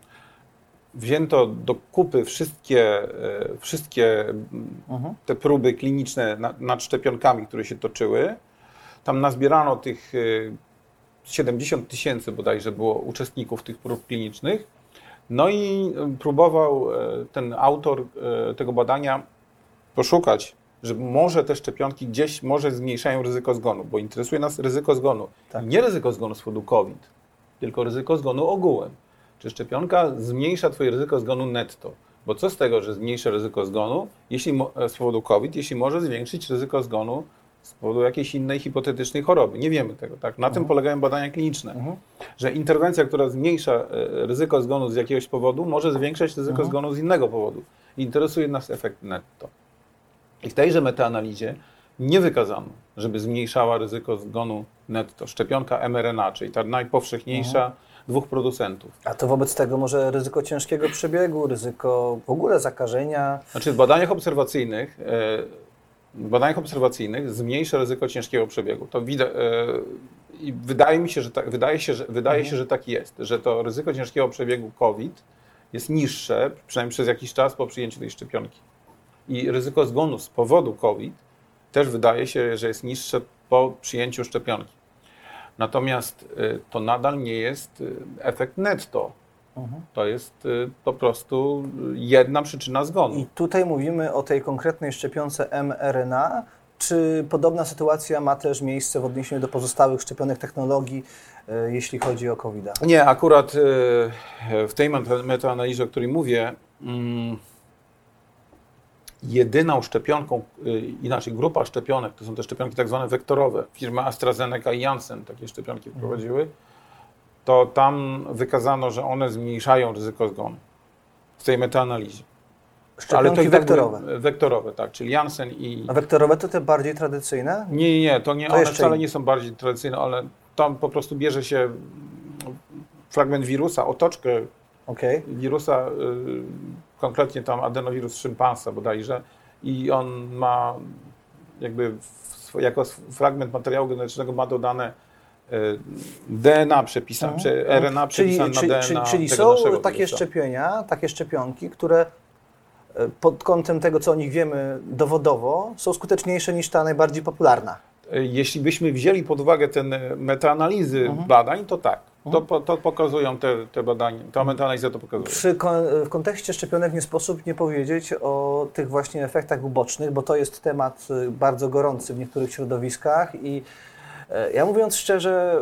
wzięto do kupy wszystkie, e, wszystkie uh-huh. te próby kliniczne nad, nad szczepionkami, które się toczyły. Tam nazbierano tych e, siedemdziesiąt tysięcy bodajże było uczestników tych prób klinicznych. No i próbował ten autor tego badania poszukać, że może te szczepionki gdzieś może zmniejszają ryzyko zgonu, bo interesuje nas ryzyko zgonu. Tak. Nie ryzyko zgonu z powodu COVID, tylko ryzyko zgonu ogółem. Czy szczepionka zmniejsza Twoje ryzyko zgonu netto? Bo co z tego, że zmniejsza ryzyko zgonu jeśli z powodu COVID, jeśli może zwiększyć ryzyko zgonu z powodu jakiejś innej hipotetycznej choroby. Nie wiemy tego, tak? Na uh-huh. tym polegają badania kliniczne, uh-huh. że interwencja, która zmniejsza ryzyko zgonu z jakiegoś powodu, może zwiększać ryzyko uh-huh. zgonu z innego powodu. Interesuje nas efekt netto. I w tejże metaanalizie nie wykazano, żeby zmniejszała ryzyko zgonu netto. Szczepionka em er en a, czyli ta najpowszechniejsza uh-huh. dwóch producentów. A to wobec tego może ryzyko ciężkiego przebiegu, ryzyko w ogóle zakażenia? Znaczy w badaniach obserwacyjnych W badaniach obserwacyjnych zmniejsza ryzyko ciężkiego przebiegu. To widać, i yy, wydaje mi się, że tak, wydaje się, że wydaje mhm. się, że tak jest, że to ryzyko ciężkiego przebiegu COVID jest niższe, przynajmniej przez jakiś czas po przyjęciu tej szczepionki. I ryzyko zgonu z powodu COVID też wydaje się, że jest niższe po przyjęciu szczepionki. Natomiast yy, to nadal nie jest yy, efekt netto. Mhm. To jest y, po prostu jedna przyczyna zgonu. I tutaj mówimy o tej konkretnej szczepionce em er en a. Czy podobna sytuacja ma też miejsce w odniesieniu do pozostałych szczepionek technologii, y, jeśli chodzi o kowida? Nie, akurat y, w tej metaanalizie, o której mówię, y, jedyną szczepionką, y, inaczej grupa szczepionek, to są te szczepionki tak zwane wektorowe. Firmy AstraZeneca i Janssen takie szczepionki mhm. wprowadziły. To tam wykazano, że one zmniejszają ryzyko zgonu w tej metaanalizie. Szczepionki Ale to i wektorowe? Tak, wektorowe, tak, czyli Janssen i... A wektorowe to te bardziej tradycyjne? Nie, nie, nie, to nie, to one wcale nie są bardziej tradycyjne, ale tam po prostu bierze się fragment wirusa, otoczkę okay. wirusa, y, konkretnie tam adenowirus szympansa bodajże, i on ma jakby w, jako fragment materiału genetycznego ma dodane D N A przepisane, czy R N A przepisane na D N A. Czyli, czyli tego są takie wirusa. szczepienia, takie szczepionki, które pod kątem tego, co o nich wiemy dowodowo, są skuteczniejsze niż ta najbardziej popularna. Jeśli byśmy wzięli pod uwagę te metaanalizy mhm. badań, to tak. Mhm. To, to pokazują te, te badania, ta metaanaliza to pokazuje. Przy, w kontekście szczepionek nie sposób nie powiedzieć o tych właśnie efektach ubocznych, bo to jest temat bardzo gorący w niektórych środowiskach i ja mówiąc szczerze,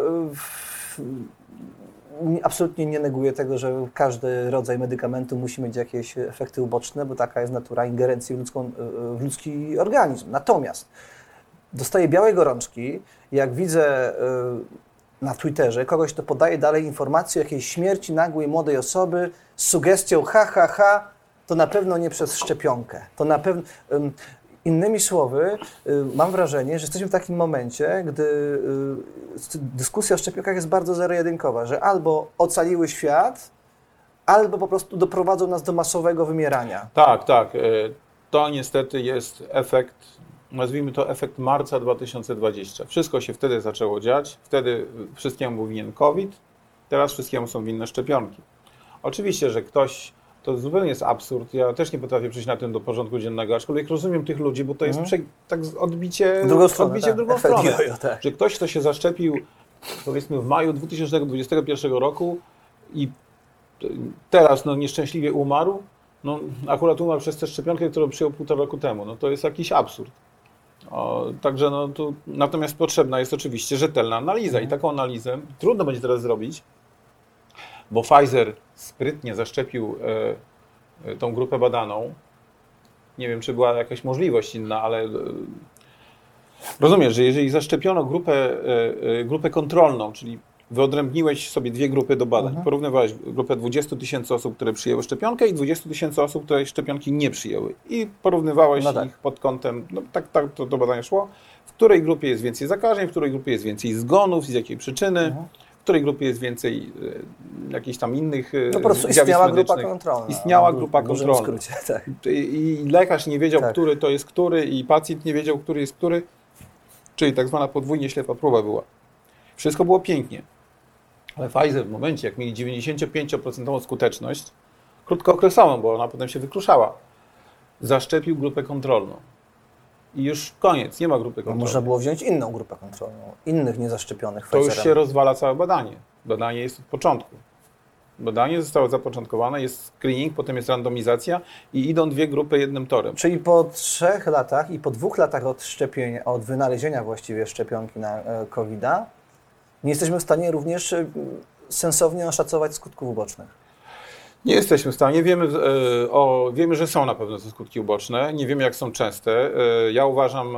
absolutnie nie neguję tego, że każdy rodzaj medykamentu musi mieć jakieś efekty uboczne, bo taka jest natura ingerencji w, ludzką, w ludzki organizm. Natomiast dostaję białej gorączki, jak widzę na Twitterze kogoś, kto podaje dalej informacje o jakiejś śmierci nagłej młodej osoby z sugestią ha, ha, ha, to na pewno nie przez szczepionkę. To na pewno... Innymi słowy, y, mam wrażenie, że jesteśmy w takim momencie, gdy y, dyskusja o szczepionkach jest bardzo zero-jedynkowa, że albo ocaliły świat, albo po prostu doprowadzą nas do masowego wymierania. Tak, tak. Y, To niestety jest efekt, nazwijmy to efekt marca dwa tysiące dwudziestego. Wszystko się wtedy zaczęło dziać, wtedy wszystkiemu był winien COVID, teraz wszystkiemu są winne szczepionki. Oczywiście, że ktoś, to zupełnie jest absurd, ja też nie potrafię przyjść na tym do porządku dziennego, aczkolwiek rozumiem tych ludzi, bo to jest mhm. prze, tak odbicie, drugą stronę, odbicie tak. w drugą stronę, jojo, tak. że ktoś, kto się zaszczepił powiedzmy w maju dwa tysiące dwudziestego pierwszego roku i teraz no, nieszczęśliwie umarł, no, akurat umarł przez tę szczepionkę, którą przyjął półtora roku temu. No to jest jakiś absurd. O, także no, tu, natomiast potrzebna jest oczywiście rzetelna analiza i taką analizę trudno będzie teraz zrobić, bo Pfizer sprytnie zaszczepił e, e, tą grupę badaną. Nie wiem, czy była jakaś możliwość inna, ale e, rozumiesz, że jeżeli zaszczepiono grupę, e, e, grupę kontrolną, czyli wyodrębniłeś sobie dwie grupy do badań. Mhm. Porównywałeś grupę dwudziestu tysięcy osób, które przyjęły szczepionkę i dwudziestu tysięcy osób, które szczepionki nie przyjęły. I porównywałeś no tak. ich pod kątem, no tak, tak to, to badanie szło, w której grupie jest więcej zakażeń, w której grupie jest więcej zgonów, z jakiej przyczyny, mhm. w której grupie jest więcej e, jakichś tam innych no po prostu istniała grupa kontrolna. Istniała grupa kontrolna. Skrócie, tak. I, I lekarz nie wiedział, tak. który to jest który i pacjent nie wiedział, który jest który, czyli tak zwana podwójnie ślepa próba była. Wszystko było pięknie. Ale Pfizer w momencie, jak mieli dziewięćdziesięciopięcioprocentową skuteczność, krótkookresową, bo ona potem się wykruszała, zaszczepił grupę kontrolną. I już koniec, nie ma grupy kontrolnej. No można było wziąć inną grupę kontrolną, innych niezaszczepionych To Pfizerem. już się rozwala całe badanie. Badanie jest od początku. Badanie zostało zapoczątkowane, jest screening, potem jest randomizacja i idą dwie grupy jednym torem. Czyli po trzech latach i po dwóch latach od szczepienia, od wynalezienia właściwie szczepionki na kowida, nie jesteśmy w stanie również sensownie oszacować skutków ubocznych. Nie jesteśmy w stanie. Wiemy, o, wiemy, że są na pewno te skutki uboczne. Nie wiemy, jak są częste. Ja uważam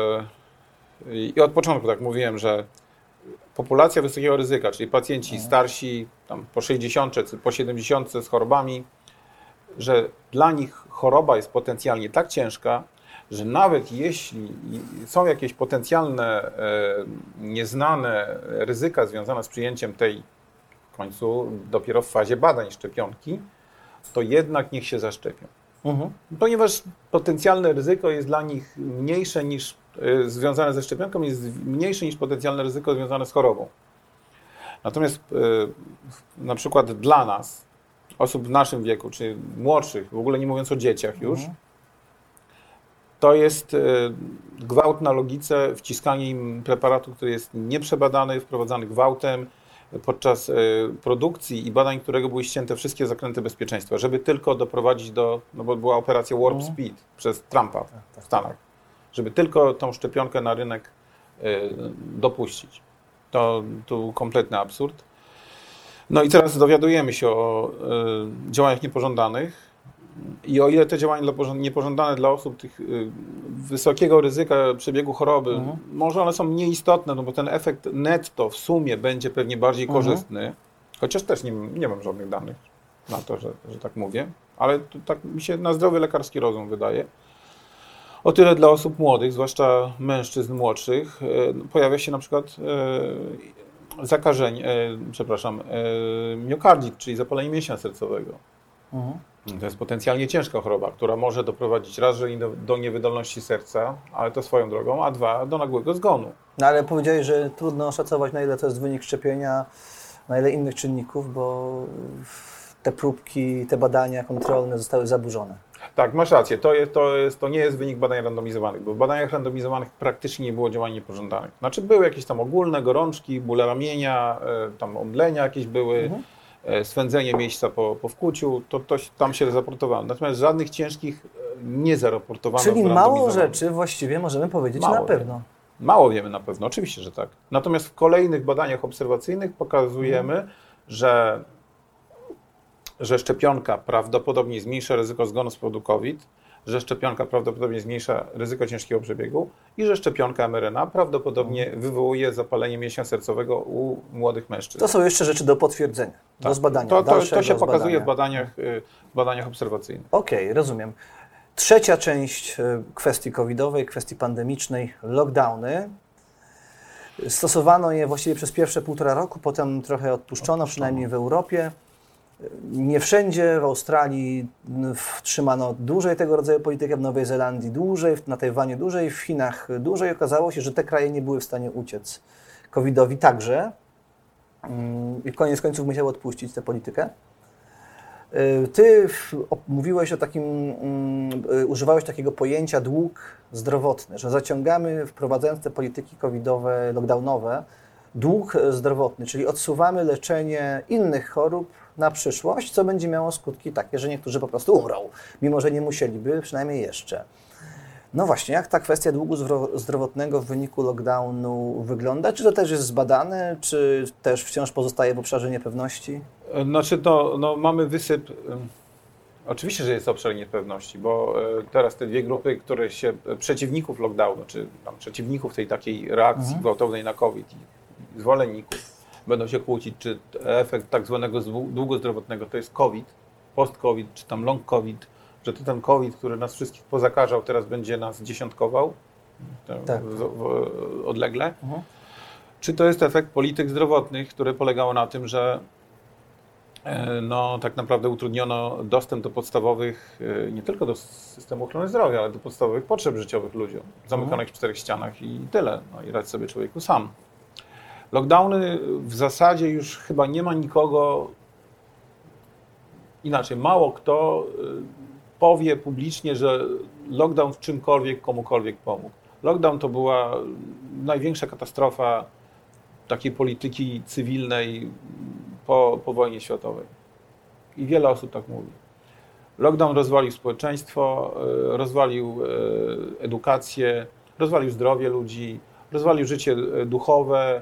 i od początku tak mówiłem, że populacja wysokiego ryzyka, czyli pacjenci starsi, tam po sześćdziesiątce, po siedemdziesiątce z chorobami, że dla nich choroba jest potencjalnie tak ciężka, że nawet jeśli są jakieś potencjalne, nieznane ryzyka związane z przyjęciem tej w końcu dopiero w fazie badań szczepionki, to jednak niech się zaszczepią. Mhm. Ponieważ potencjalne ryzyko jest dla nich mniejsze niż związane ze szczepionką, jest mniejsze niż potencjalne ryzyko związane z chorobą. Natomiast na przykład dla nas, osób w naszym wieku, czy młodszych, w ogóle nie mówiąc o dzieciach już, mhm. to jest gwałt na logice, wciskanie im preparatu, który jest nieprzebadany, wprowadzany gwałtem, podczas produkcji i badań, którego były ścięte wszystkie zakręty bezpieczeństwa, żeby tylko doprowadzić do, no bo była operacja Warp mm. Speed przez Trumpa w Stanach, żeby tylko tą szczepionkę na rynek y, dopuścić. To, to kompletny absurd. No i teraz dowiadujemy się o y, działaniach niepożądanych i o ile te działania dla, niepożądane dla osób tych y, wysokiego ryzyka przebiegu choroby, mhm. może one są mniej istotne, no bo ten efekt netto w sumie będzie pewnie bardziej mhm. korzystny, chociaż też nie, nie mam żadnych danych na to, że, że tak mówię, ale to, tak mi się na zdrowy lekarski rozum wydaje. O tyle dla osób młodych, zwłaszcza mężczyzn młodszych, y, pojawia się na przykład y, zakażenie, y, przepraszam, y, miokardit, czyli zapalenie mięśnia sercowego. Mhm. To jest potencjalnie ciężka choroba, która może doprowadzić raz, że do, do niewydolności serca, ale to swoją drogą, a dwa, do nagłego zgonu. No ale powiedziałeś, że trudno oszacować, na ile to jest wynik szczepienia, na ile innych czynników, bo te próbki, te badania kontrolne zostały zaburzone. Tak, masz rację. To, jest, to, jest, to nie jest wynik badań randomizowanych, bo w badaniach randomizowanych praktycznie nie było działań niepożądanych. Znaczy były jakieś tam ogólne gorączki, bóle ramienia, tam omdlenia jakieś były, mhm. swędzenie miejsca po, po wkłuciu, to, to tam się zaraportowało. Natomiast żadnych ciężkich nie zaraportowano. Czyli mało rzeczy właściwie możemy powiedzieć mało na pewno. Wiemy. Mało wiemy na pewno, oczywiście, że tak. Natomiast w kolejnych badaniach obserwacyjnych pokazujemy, hmm. że, że szczepionka prawdopodobnie zmniejsza ryzyko zgonu z powodu COVID, że szczepionka prawdopodobnie zmniejsza ryzyko ciężkiego przebiegu i że szczepionka em er en a prawdopodobnie wywołuje zapalenie mięśnia sercowego u młodych mężczyzn. To są jeszcze rzeczy do potwierdzenia, tak. do zbadania. To, to, to się pokazuje w badaniach, w badaniach obserwacyjnych. Okej, okay, rozumiem. Trzecia część kwestii covidowej, kwestii pandemicznej, lockdowny. Stosowano je właściwie przez pierwsze półtora roku, potem trochę odpuszczono, przynajmniej w Europie. Nie wszędzie, w Australii trzymano dłużej tego rodzaju politykę, w Nowej Zelandii dłużej, na Tajwanie dłużej, w Chinach dłużej. Okazało się, że te kraje nie były w stanie uciec covidowi także i koniec końców musiały odpuścić tę politykę. Ty mówiłeś o takim, używałeś takiego pojęcia dług zdrowotny, że zaciągamy, wprowadzając te polityki covidowe, lockdownowe, dług zdrowotny, czyli odsuwamy leczenie innych chorób na przyszłość, co będzie miało skutki takie, że niektórzy po prostu umrą, mimo że nie musieliby, przynajmniej jeszcze. No właśnie, jak ta kwestia długu zdrowotnego w wyniku lockdownu wygląda? Czy to też jest zbadane, czy też wciąż pozostaje w obszarze niepewności? Znaczy to, no, mamy wysyp, oczywiście, że jest obszar niepewności, bo teraz te dwie grupy, które się, przeciwników lockdownu, czy tam przeciwników tej takiej reakcji mhm. gwałtownej na COVID i zwolenników, będą się kłócić, czy efekt tak zwanego długu zdrowotnego to jest COVID, post-COVID, czy tam long COVID, że to ten COVID, który nas wszystkich pozakażał, teraz będzie nas dziesiątkował tak. w, w, odlegle. Mhm. Czy to jest efekt polityk zdrowotnych, które polegało na tym, że no, tak naprawdę utrudniono dostęp do podstawowych, nie tylko do systemu ochrony zdrowia, ale do podstawowych potrzeb życiowych ludziom, zamykanych mhm. w czterech ścianach i tyle. No i radź sobie człowieku sam. Lockdowny w zasadzie już chyba nie ma nikogo, inaczej, mało kto powie publicznie, że lockdown w czymkolwiek, komukolwiek pomógł. Lockdown to była największa katastrofa takiej polityki cywilnej po, po wojnie światowej. I wiele osób tak mówi. Lockdown rozwalił społeczeństwo, rozwalił edukację, rozwalił zdrowie ludzi, rozwalił życie duchowe.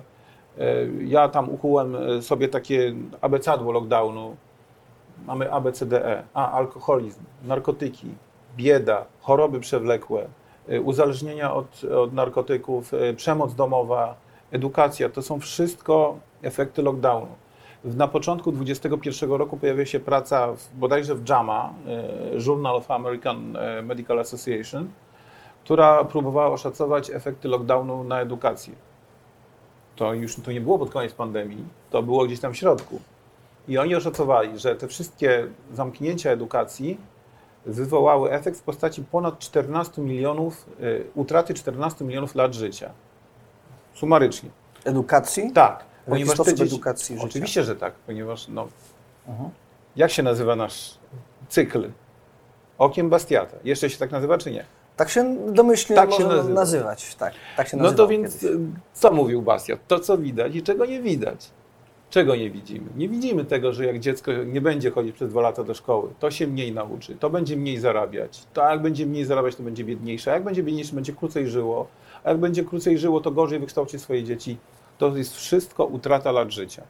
Ja tam ukułem sobie takie abecadło lockdownu. Mamy A, B, C, D, E. A, alkoholizm, narkotyki, bieda, choroby przewlekłe, uzależnienia od, od narkotyków, przemoc domowa, edukacja. To są wszystko efekty lockdownu. Na początku dwudziestego pierwszego roku pojawia się praca w, bodajże w JAMA, Journal of American Medical Association, która próbowała oszacować efekty lockdownu na edukację. To już to nie było pod koniec pandemii, to było gdzieś tam w środku. I oni oszacowali, że te wszystkie zamknięcia edukacji wywołały efekt w postaci ponad czternastu milionów, y, utraty czternastu milionów lat życia. Sumarycznie. Edukacji? Tak. W jaki sposób edukacji życia? Oczywiście, że tak, ponieważ no, uh-huh. jak się nazywa nasz cykl? Okiem Bastiata. Jeszcze się tak nazywa, czy nie? Tak się domyślnie tak można się nazywa. nazywać. Tak, tak się no to więc kiedyś. Co mówił Bastiat? To, co widać i czego nie widać. Czego nie widzimy? Nie widzimy tego, że jak dziecko nie będzie chodzić przez dwa lata do szkoły, to się mniej nauczy, to będzie mniej zarabiać. To jak będzie mniej zarabiać, to będzie biedniejsze. A jak będzie biedniejsze, będzie krócej żyło. A jak będzie krócej żyło, to gorzej wykształci swoje dzieci. To jest wszystko utrata lat życia.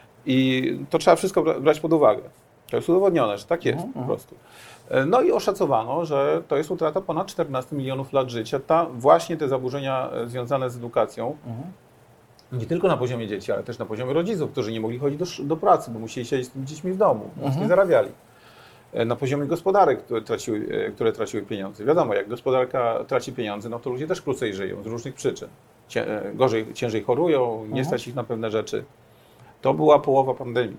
I to trzeba wszystko brać pod uwagę. To jest udowodnione, że tak jest uh-huh. po prostu. No i oszacowano, że to jest utrata ponad czternastu milionów lat życia. Ta, właśnie te zaburzenia związane z edukacją, uh-huh. nie tylko na poziomie dzieci, ale też na poziomie rodziców, którzy nie mogli chodzić do, do pracy, bo musieli siedzieć z tymi dziećmi w domu, uh-huh. nie zarabiali. Na poziomie gospodarek, które traciły, które traciły pieniądze. Wiadomo, jak gospodarka traci pieniądze, no to ludzie też krócej żyją z różnych przyczyn. Cie, gorzej, ciężej chorują, nie uh-huh. stać ich na pewne rzeczy. To była połowa pandemii.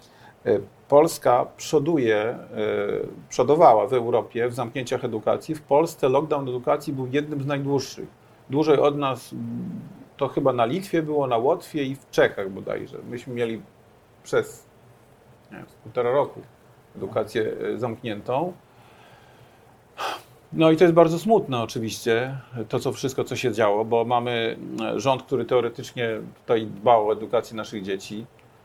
Polska przoduje, przodowała w Europie w zamknięciach edukacji. W Polsce lockdown edukacji był jednym z najdłuższych. Dłużej od nas to chyba na Litwie było, na Łotwie i w Czechach bodajże. Myśmy mieli przez nie wiem, półtora roku edukację zamkniętą. No i to jest bardzo smutne oczywiście, to co wszystko, co się działo, bo mamy rząd, który teoretycznie tutaj dbał o edukację naszych dzieci.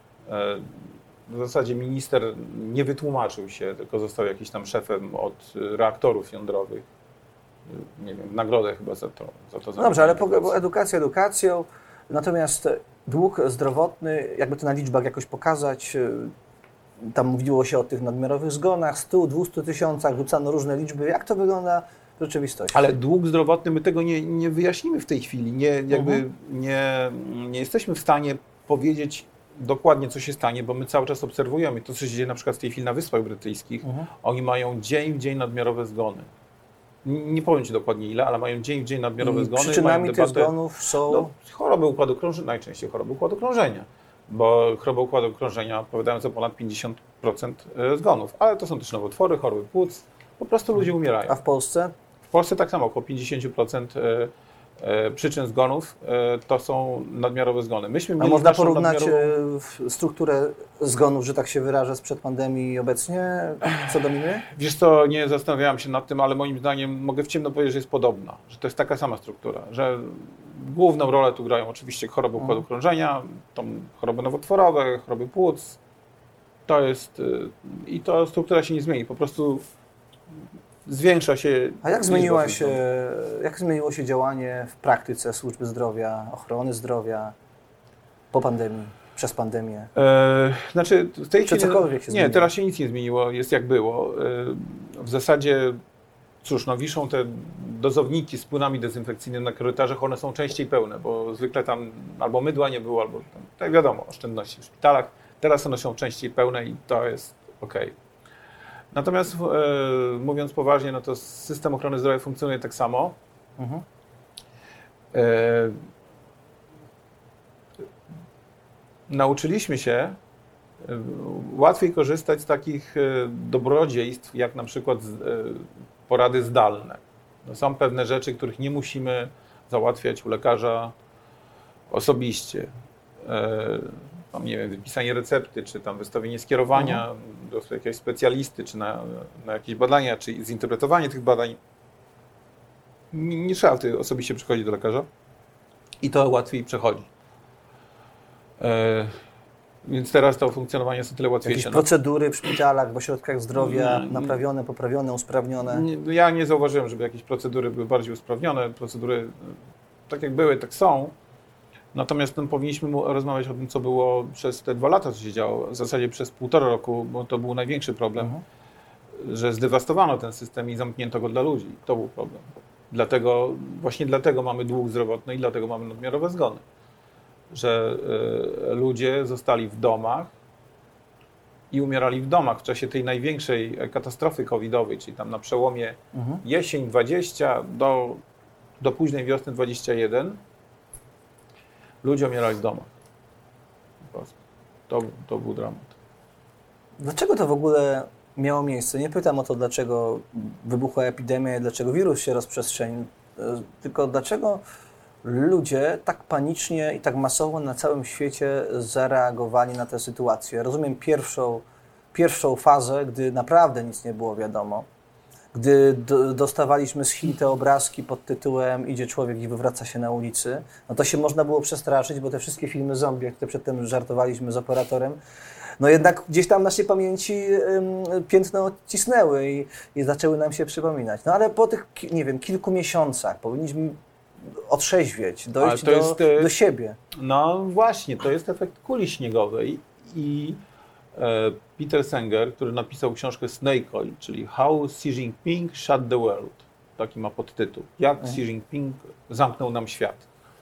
W zasadzie minister nie wytłumaczył się, tylko został jakiś tam szefem od reaktorów jądrowych. Nie wiem, nagrodę chyba za to. Za to no dobrze, ale po, edukacja edukacją, natomiast dług zdrowotny, jakby to na liczbach jakoś pokazać, tam mówiło się o tych nadmiarowych zgonach, stu, dwustu tysiącach, rzucano różne liczby. Jak to wygląda w rzeczywistości? Ale dług zdrowotny, my tego nie, nie wyjaśnimy w tej chwili. Nie, jakby uh-huh. nie, nie jesteśmy w stanie powiedzieć dokładnie, co się stanie, bo my cały czas obserwujemy to, co się dzieje na przykład w tej chwili na Wyspach Brytyjskich. Uh-huh. Oni mają dzień w dzień nadmiarowe zgony. nie powiem Ci dokładnie ile, ale mają dzień w dzień nadmiarowe I zgony. przyczynami mają tych zgonów są... No, choroby układu krążenia, najczęściej choroby układu krążenia, bo choroby układu krążenia odpowiadają za ponad pięćdziesiąt procent zgonów, ale to są też nowotwory, choroby płuc, po prostu ludzie umierają. A w Polsce? W Polsce tak samo, około pięćdziesiąt procent przyczyn zgonów to są nadmiarowe zgony. Myśmy A można porównać nadmiarową... strukturę zgonów, że tak się wyrażę, sprzed pandemii i obecnie? Co dominuje? Wiesz co, nie zastanawiałem się nad tym, ale moim zdaniem mogę w ciemno powiedzieć, że jest podobna, że to jest taka sama struktura, że główną rolę tu grają oczywiście choroby układu Mhm. krążenia, tą choroby nowotworowe, choroby płuc. To jest i to struktura się nie zmieni, po prostu zwiększa się. A jak zmieniła się, zgonów. jak zmieniło się działanie w praktyce służby zdrowia, ochrony zdrowia po pandemii, przez pandemię? E, znaczy w tej Czy chwili, cokolwiek się nie, zmieniło? teraz się nic nie zmieniło, jest jak było. E, w zasadzie, cóż, no wiszą te dozowniki z płynami dezynfekcyjnymi na korytarzach, one są częściej pełne, bo zwykle tam albo mydła nie było, albo tam, tak wiadomo, oszczędności w szpitalach. Teraz one są częściej pełne i to jest ok. Natomiast e, mówiąc poważnie, no to system ochrony zdrowia funkcjonuje tak samo. Mhm. E, nauczyliśmy się e, łatwiej korzystać z takich e, dobrodziejstw, jak na przykład z, e, porady zdalne. No są pewne rzeczy, których nie musimy załatwiać u lekarza osobiście. E, tam, nie wiem, wypisanie recepty, czy tam wystawienie skierowania mhm. do jakiegoś specjalisty, czy na, na jakieś badania, czy zinterpretowanie tych badań. Nie, nie trzeba wtedy osobiście przychodzić do lekarza i to łatwiej przechodzi. E, więc teraz to funkcjonowanie jest o tyle łatwiejsze. Jakieś procedury w szpitalach, w ośrodkach zdrowia naprawione, poprawione, usprawnione? Nie, ja nie zauważyłem, żeby jakieś procedury były bardziej usprawnione. Procedury tak jak były, tak są. Natomiast no, powinniśmy rozmawiać o tym, co było przez te dwa lata, co się działo. W zasadzie przez półtora roku, bo to był największy problem, mhm. że zdewastowano ten system i zamknięto go dla ludzi. To był problem. Dlatego, właśnie dlatego mamy dług zdrowotny i dlatego mamy nadmiarowe zgony. Że y, ludzie zostali w domach i umierali w domach w czasie tej największej katastrofy covidowej, czyli tam na przełomie mhm. jesień dwadzieścia do, do późnej wiosny dwadzieścia jeden. Ludzie umierali w domach. To, to był dramat. Dlaczego to w ogóle miało miejsce? Nie pytam o to, dlaczego wybuchła epidemia, dlaczego wirus się rozprzestrzenił, tylko dlaczego ludzie tak panicznie i tak masowo na całym świecie zareagowali na tę sytuację. Rozumiem pierwszą, pierwszą fazę, gdy naprawdę nic nie było wiadomo. Gdy do, dostawaliśmy z Chin te obrazki pod tytułem idzie człowiek i wywraca się na ulicy, no to się można było przestraszyć, bo te wszystkie filmy zombie, jak te przedtem żartowaliśmy z operatorem, no jednak gdzieś tam w naszej pamięci ym, piętno odcisnęły i, i zaczęły nam się przypominać. No ale po tych, nie wiem, kilku miesiącach powinniśmy otrzeźwieć, dojść do, jest, do siebie. No właśnie, to jest efekt kuli śniegowej i Peter Singer, który napisał książkę Snake Oil, czyli How Xi Jinping Shut the World. Taki ma podtytuł. Jak Xi Jinping zamknął nam świat.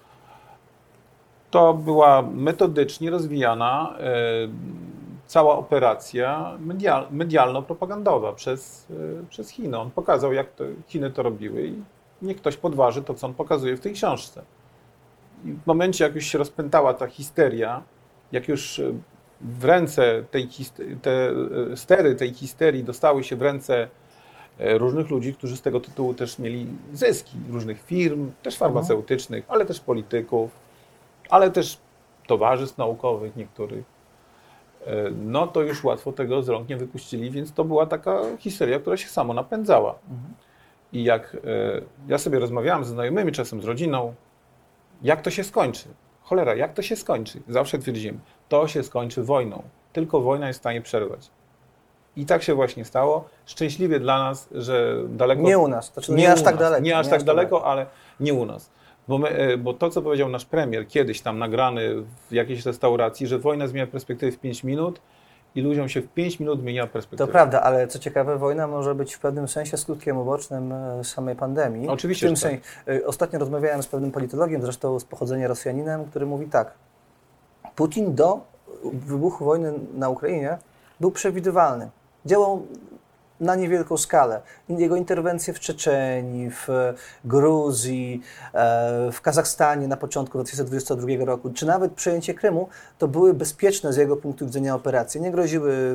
To była metodycznie rozwijana e, cała operacja medial, medialno-propagandowa przez, e, przez Chiny. On pokazał, jak to Chiny to robiły i niech ktoś podważy to, co on pokazuje w tej książce. I w momencie, jak już się rozpętała ta histeria, jak już w ręce tej te stery tej histerii dostały się w ręce różnych ludzi, którzy z tego tytułu też mieli zyski, różnych firm, też farmaceutycznych, ale też polityków, ale też towarzystw naukowych niektórych, no to już łatwo tego z rąk nie wypuścili, więc to była taka histeria, która się samo napędzała. Mhm. I jak ja sobie rozmawiałem ze znajomymi, czasem z rodziną, jak to się skończy? Cholera, jak to się skończy? Zawsze twierdziłem, to się skończy wojną. Tylko wojna jest w stanie przerwać. I tak się właśnie stało. Szczęśliwie dla nas, że daleko... Nie u nas. Znaczy, nie, nie aż tak daleko. Nie aż tak daleko, ale nie u nas. Bo, my, bo to, co powiedział nasz premier kiedyś tam nagrany w jakiejś restauracji, że wojna zmienia perspektywę w pięć minut i ludziom się w pięć minut zmienia perspektywa. To prawda, ale co ciekawe, wojna może być w pewnym sensie skutkiem ubocznym samej pandemii. Oczywiście, w tym że tak. sensie, ostatnio rozmawiałem z pewnym politologiem, zresztą z pochodzenia Rosjaninem, który mówi tak. Putin do wybuchu wojny na Ukrainie był przewidywalny. Działał na niewielką skalę. Jego interwencje w Czeczenii, w Gruzji, w Kazachstanie na początku dwa tysiące dwudziestego drugiego roku, czy nawet przejęcie Krymu, to były bezpieczne z jego punktu widzenia operacje. Nie groziły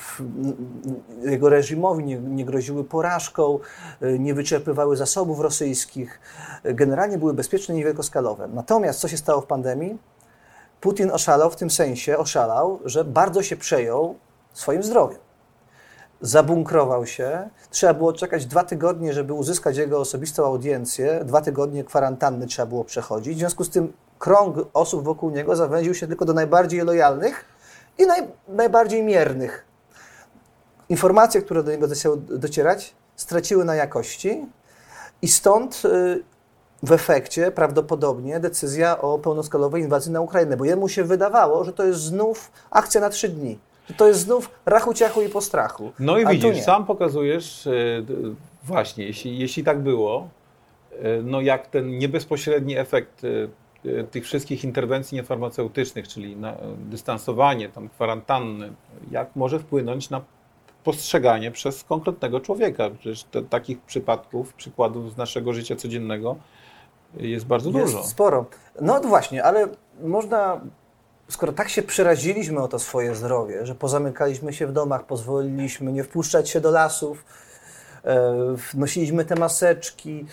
jego reżimowi, nie, nie groziły porażką, nie wyczerpywały zasobów rosyjskich. Generalnie były bezpieczne i niewielkoskalowe. Natomiast co się stało w pandemii? Putin oszalał w tym sensie, oszalał, że bardzo się przejął swoim zdrowiem. Zabunkrował się, trzeba było czekać dwa tygodnie, żeby uzyskać jego osobistą audiencję, dwa tygodnie kwarantanny trzeba było przechodzić, w związku z tym krąg osób wokół niego zawęził się tylko do najbardziej lojalnych i naj, najbardziej miernych. Informacje, które do niego zaczęły docierać, straciły na jakości i stąd y, w efekcie prawdopodobnie decyzja o pełnoskalowej inwazji na Ukrainę, bo jemu się wydawało, że to jest znów akcja na trzy dni. To jest znów rachu, ciachu i postrachu. No i widzisz, sam pokazujesz, właśnie, jeśli, jeśli tak było, no jak ten niebezpośredni efekt tych wszystkich interwencji niefarmaceutycznych, czyli na dystansowanie, tam kwarantanny, jak może wpłynąć na postrzeganie przez konkretnego człowieka. Przecież te, takich przypadków, przykładów z naszego życia codziennego jest bardzo jest dużo. Jest sporo. No właśnie, ale można... Skoro tak się przeraziliśmy o to swoje zdrowie, że pozamykaliśmy się w domach, pozwoliliśmy nie wpuszczać się do lasów, e, nosiliśmy te maseczki,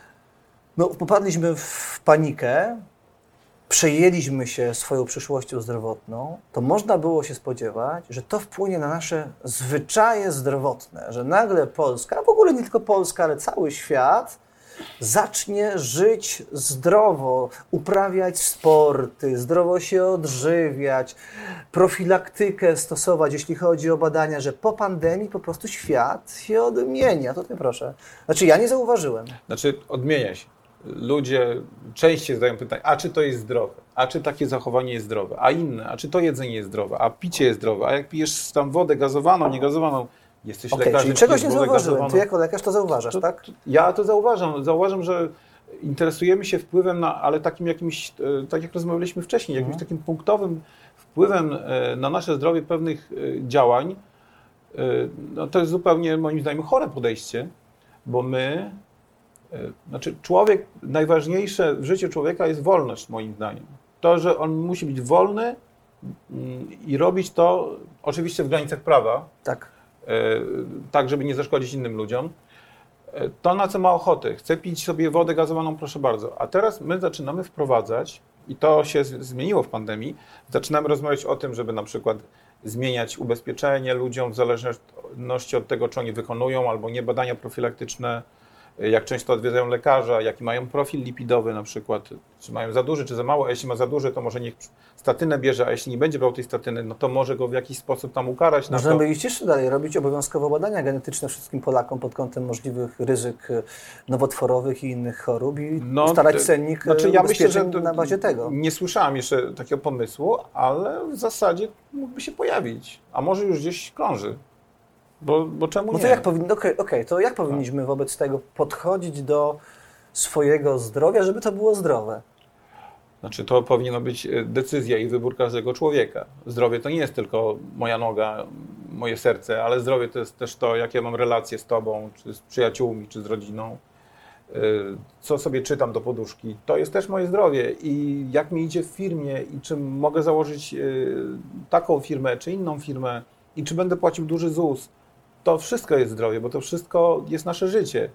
no, popadliśmy w panikę, przejęliśmy się swoją przyszłością zdrowotną, to można było się spodziewać, że to wpłynie na nasze zwyczaje zdrowotne, że nagle Polska, a w ogóle nie tylko Polska, ale cały świat zacznie żyć zdrowo, uprawiać sporty, zdrowo się odżywiać, profilaktykę stosować, jeśli chodzi o badania, że po pandemii po prostu świat się odmienia. To ty proszę. Znaczy ja nie zauważyłem. Znaczy odmienia się. Ludzie częściej zadają pytanie, a czy to jest zdrowe? A czy takie zachowanie jest zdrowe? A inne? A czy to jedzenie jest zdrowe? A picie jest zdrowe? A jak pijesz tam wodę gazowaną, niegazowaną? Jesteś okay, lekarzem. Czyli czegoś nie zauważyłem. Ty jako lekarz to zauważasz, to, tak? To, ja to zauważam. Zauważam, że interesujemy się wpływem na, ale takim jakimś, tak jak rozmawialiśmy wcześniej, jakimś mhm. takim punktowym wpływem na nasze zdrowie pewnych działań. No to jest zupełnie moim zdaniem chore podejście, bo my, znaczy człowiek, najważniejsze w życiu człowieka jest wolność moim zdaniem. To, że on musi być wolny i robić to oczywiście w granicach prawa. Tak. Tak, żeby nie zaszkodzić innym ludziom, to na co ma ochotę. Chce pić sobie wodę gazowaną, proszę bardzo. A teraz my zaczynamy wprowadzać, i to się zmieniło w pandemii, zaczynamy rozmawiać o tym, żeby na przykład zmieniać ubezpieczenie ludziom w zależności od tego, czy oni wykonują albo nie badania profilaktyczne, jak często odwiedzają lekarza, jaki mają profil lipidowy na przykład, czy mają za duży, czy za mało, a jeśli ma za duży, to może niech statynę bierze, a jeśli nie będzie brał tej statyny, no to może go w jakiś sposób tam ukarać. Można by iść jeszcze dalej, robić obowiązkowo badania genetyczne wszystkim Polakom pod kątem możliwych ryzyk nowotworowych i innych chorób i no, ustalać cennik znaczy, ja myślę, że na bazie tego. Nie słyszałem jeszcze takiego pomysłu, ale w zasadzie mógłby się pojawić, a może już gdzieś krąży. Bo, bo czemu no to nie? Jak powin... Okej, okay, to jak powinniśmy tak. wobec tego podchodzić do swojego zdrowia, żeby to było zdrowe? Znaczy to powinna być decyzja i wybór każdego człowieka. Zdrowie to nie jest tylko moja noga, moje serce, ale zdrowie to jest też to, jakie mam relacje z tobą, czy z przyjaciółmi, czy z rodziną. Co sobie czytam do poduszki. To jest też moje zdrowie i jak mi idzie w firmie i czy mogę założyć taką firmę, czy inną firmę i czy będę płacił duży ZUS. To wszystko jest zdrowie, bo to wszystko jest nasze życie.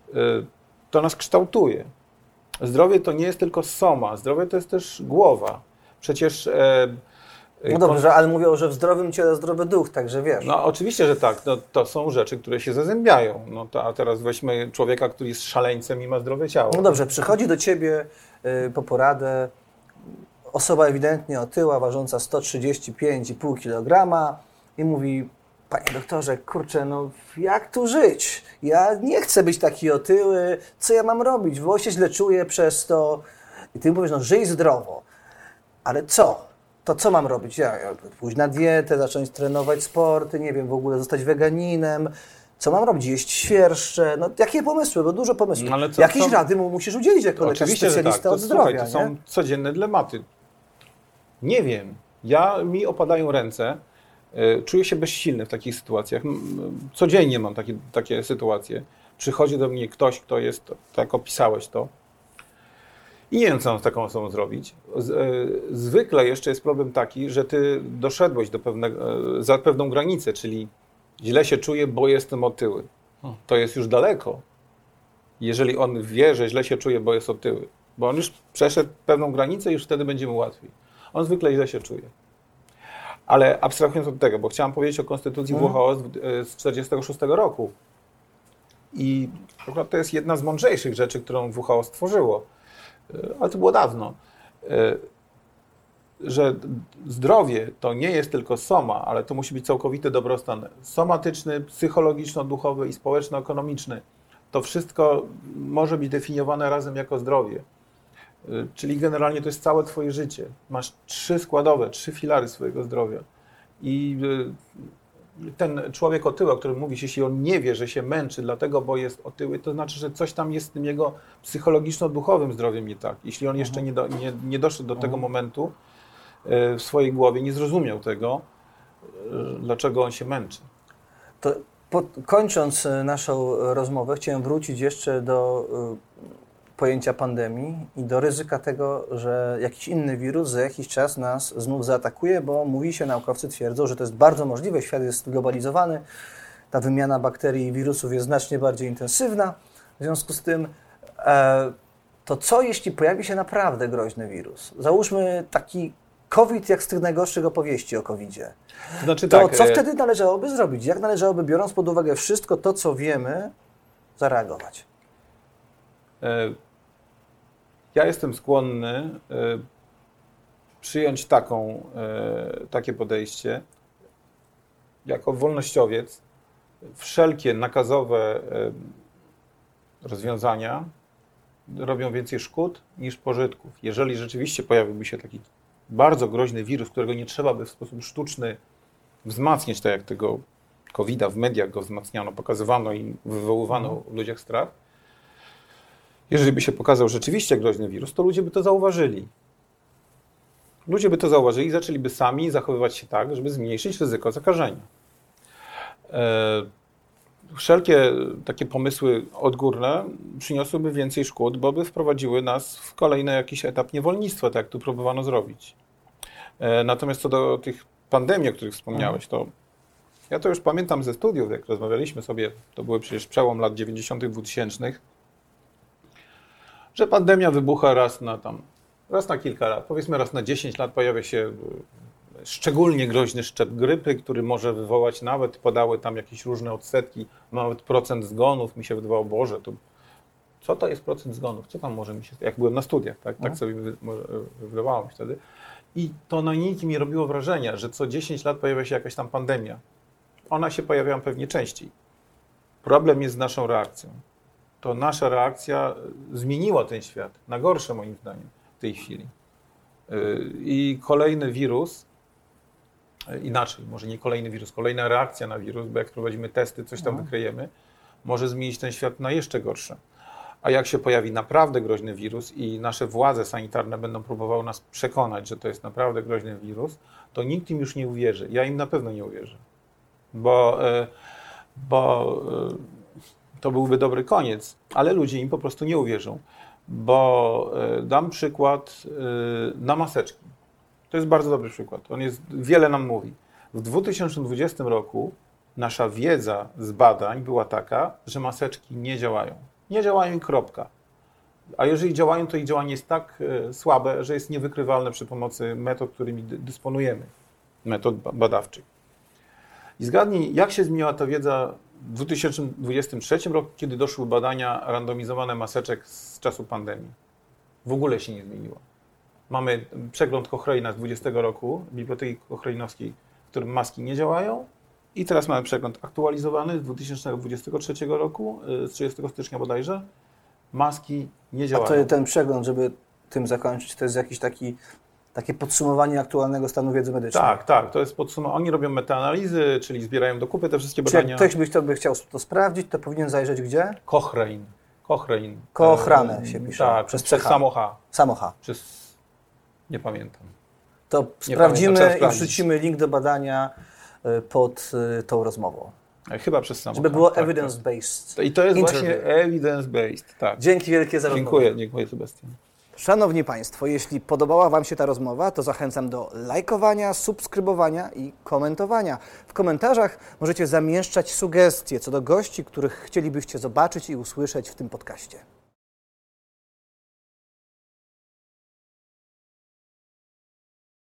To nas kształtuje. Zdrowie to nie jest tylko soma, zdrowie to jest też głowa. Przecież... E, no dobrze, ale mówią, że w zdrowym ciele zdrowy duch, także wiesz. No oczywiście, że tak. No, to są rzeczy, które się zazębiają. No, to, a teraz weźmy człowieka, który jest szaleńcem i ma zdrowe ciało. No dobrze, przychodzi do ciebie y, po poradę osoba ewidentnie otyła, ważąca sto trzydzieści pięć i pół kilograma i mówi: panie doktorze, kurczę, no jak tu żyć? Ja nie chcę być taki otyły, co ja mam robić? Bo się źle czuję przez to. I ty mówisz, no żyj zdrowo. Ale co? To co mam robić? Ja, ja pójść na dietę, zacząć trenować sporty, nie wiem, w ogóle zostać weganinem. Co mam robić? Jeść świerszcze? No jakie pomysły? Bo dużo pomysłów. No, co, Jakieś są... rady mu musisz udzielić jako lekarz specjalista tak. to, od zdrowia. Słuchaj, to są codzienne dylematy. Nie wiem. Ja, mi opadają ręce, Czuję się bezsilny w takich sytuacjach. Codziennie mam takie, takie sytuacje. Przychodzi do mnie ktoś, kto jest, tak opisałeś to, i nie wiem, co mam z taką osobą zrobić. Zwykle jeszcze jest problem taki, że ty doszedłeś do pewnego, za pewną granicę, czyli źle się czuję, bo jestem otyły. To jest już daleko. Jeżeli on wie, że źle się czuje, bo jest otyły. Bo on już przeszedł pewną granicę i już wtedy będzie mu łatwiej. On zwykle źle się czuje. Ale abstrahując od tego, bo chciałem powiedzieć o konstytucji W H O z tysiąc dziewięćset czterdziestego szóstego roku. I akurat to jest jedna z mądrzejszych rzeczy, którą W H O stworzyło. Ale to było dawno. Że zdrowie to nie jest tylko soma, ale to musi być całkowity dobrostan somatyczny, psychologiczno-duchowy i społeczno-ekonomiczny. To wszystko może być definiowane razem jako zdrowie. Czyli generalnie to jest całe twoje życie. Masz trzy składowe, trzy filary swojego zdrowia. I ten człowiek otyły, o którym mówisz, jeśli on nie wie, że się męczy dlatego, bo jest otyły, to znaczy, że coś tam jest z tym jego psychologiczno-duchowym zdrowiem nie tak. Jeśli on jeszcze nie, do, nie, nie doszedł do tego momentu w swojej głowie, nie zrozumiał tego, dlaczego on się męczy. To pod, kończąc naszą rozmowę, chciałem wrócić jeszcze do y, pojęcia pandemii i do ryzyka tego, że jakiś inny wirus za jakiś czas nas znów zaatakuje, bo mówi się, naukowcy twierdzą, że to jest bardzo możliwe, świat jest zglobalizowany, ta wymiana bakterii i wirusów jest znacznie bardziej intensywna, w związku z tym e, to co jeśli pojawi się naprawdę groźny wirus? Załóżmy taki COVID jak z tych najgorszych opowieści o kowidzie. Znaczy to tak, co e... wtedy należałoby zrobić? Jak należałoby, biorąc pod uwagę wszystko to, co wiemy, zareagować? E... Ja jestem skłonny e... przyjąć taką, e... takie podejście. Jako wolnościowiec wszelkie nakazowe e... rozwiązania robią więcej szkód niż pożytków. Jeżeli rzeczywiście pojawiłby się taki bardzo groźny wirus, którego nie trzeba by w sposób sztuczny wzmacniać, tak jak tego kowida w mediach go wzmacniano, pokazywano i wywoływano w ludziach strach. Jeżeli by się pokazał rzeczywiście groźny wirus, to ludzie by to zauważyli. Ludzie by to zauważyli i zaczęliby sami zachowywać się tak, żeby zmniejszyć ryzyko zakażenia. Wszelkie takie pomysły odgórne przyniosłyby więcej szkód, bo by wprowadziły nas w kolejny jakiś etap niewolnictwa, tak jak tu próbowano zrobić. Natomiast co do tych pandemii, o których wspomniałeś, to ja to już pamiętam ze studiów, jak rozmawialiśmy sobie, to były przecież przełom lat dziewięćdziesiątych, dwutysięcznych, że pandemia wybucha raz na tam, raz na kilka lat, powiedzmy raz na dziesięć lat pojawia się szczególnie groźny szczep grypy, który może wywołać nawet, podały tam jakieś różne odsetki, nawet procent zgonów. Mi się wydawało, Boże, to co to jest procent zgonów? Co tam może mi się... Jak byłem na studiach, tak, tak sobie wydawało mi wtedy. I to na nikim nie robiło wrażenia, że co dziesięć lat pojawia się jakaś tam pandemia. Ona się pojawiała pewnie częściej. Problem jest z naszą reakcją. To nasza reakcja zmieniła ten świat na gorsze, moim zdaniem, w tej chwili. I kolejny wirus, inaczej, może nie kolejny wirus, kolejna reakcja na wirus, bo jak prowadzimy testy, coś tam wykryjemy, może zmienić ten świat na jeszcze gorsze. A jak się pojawi naprawdę groźny wirus i nasze władze sanitarne będą próbowały nas przekonać, że to jest naprawdę groźny wirus, to nikt im już nie uwierzy. Ja im na pewno nie uwierzę. Bo, bo to byłby dobry koniec, ale ludzie im po prostu nie uwierzą. Bo dam przykład na maseczki. To jest bardzo dobry przykład. On jest, wiele nam mówi. W dwa tysiące dwudziestym roku nasza wiedza z badań była taka, że maseczki nie działają. Nie działają i kropka. A jeżeli działają, to ich działanie jest tak słabe, że jest niewykrywalne przy pomocy metod, którymi dysponujemy, metod badawczych. I zgadnij, jak się zmieniła ta wiedza w dwa tysiące dwudziestym trzecim roku, kiedy doszły badania randomizowane maseczek z czasu pandemii. W ogóle się nie zmieniło. Mamy przegląd Cochrana z dwudziestego roku, Biblioteki Cochraniowskiej, w którym maski nie działają. I teraz mamy przegląd aktualizowany z dwa tysiące dwudziestego trzeciego roku, z trzydziestego stycznia bodajże. Maski nie działają. A to ten przegląd, żeby tym zakończyć, to jest jakiś taki, takie podsumowanie aktualnego stanu wiedzy medycznej. Tak, tak, to jest podsumowanie. Oni robią metaanalizy, czyli zbierają do kupy te wszystkie Czyli badania. jak ktoś by chciał, by chciał to sprawdzić, to powinien zajrzeć gdzie? Cochrane. Cochrane. Cochrane się pisze. Tak, przez, przez samo H. Samo H. Przez... Nie pamiętam. To Nie sprawdzimy pamiętam, i wrzucimy link do badania pod tą rozmową. Chyba przez samochód. Żeby było tak, evidence-based. Tak. I to jest interview. właśnie evidence-based, tak. Dzięki wielkie za rozmowę. Dziękuję, dziękuję Sebastian. Szanowni Państwo, jeśli podobała Wam się ta rozmowa, to zachęcam do lajkowania, subskrybowania i komentowania. W komentarzach możecie zamieszczać sugestie co do gości, których chcielibyście zobaczyć i usłyszeć w tym podcaście.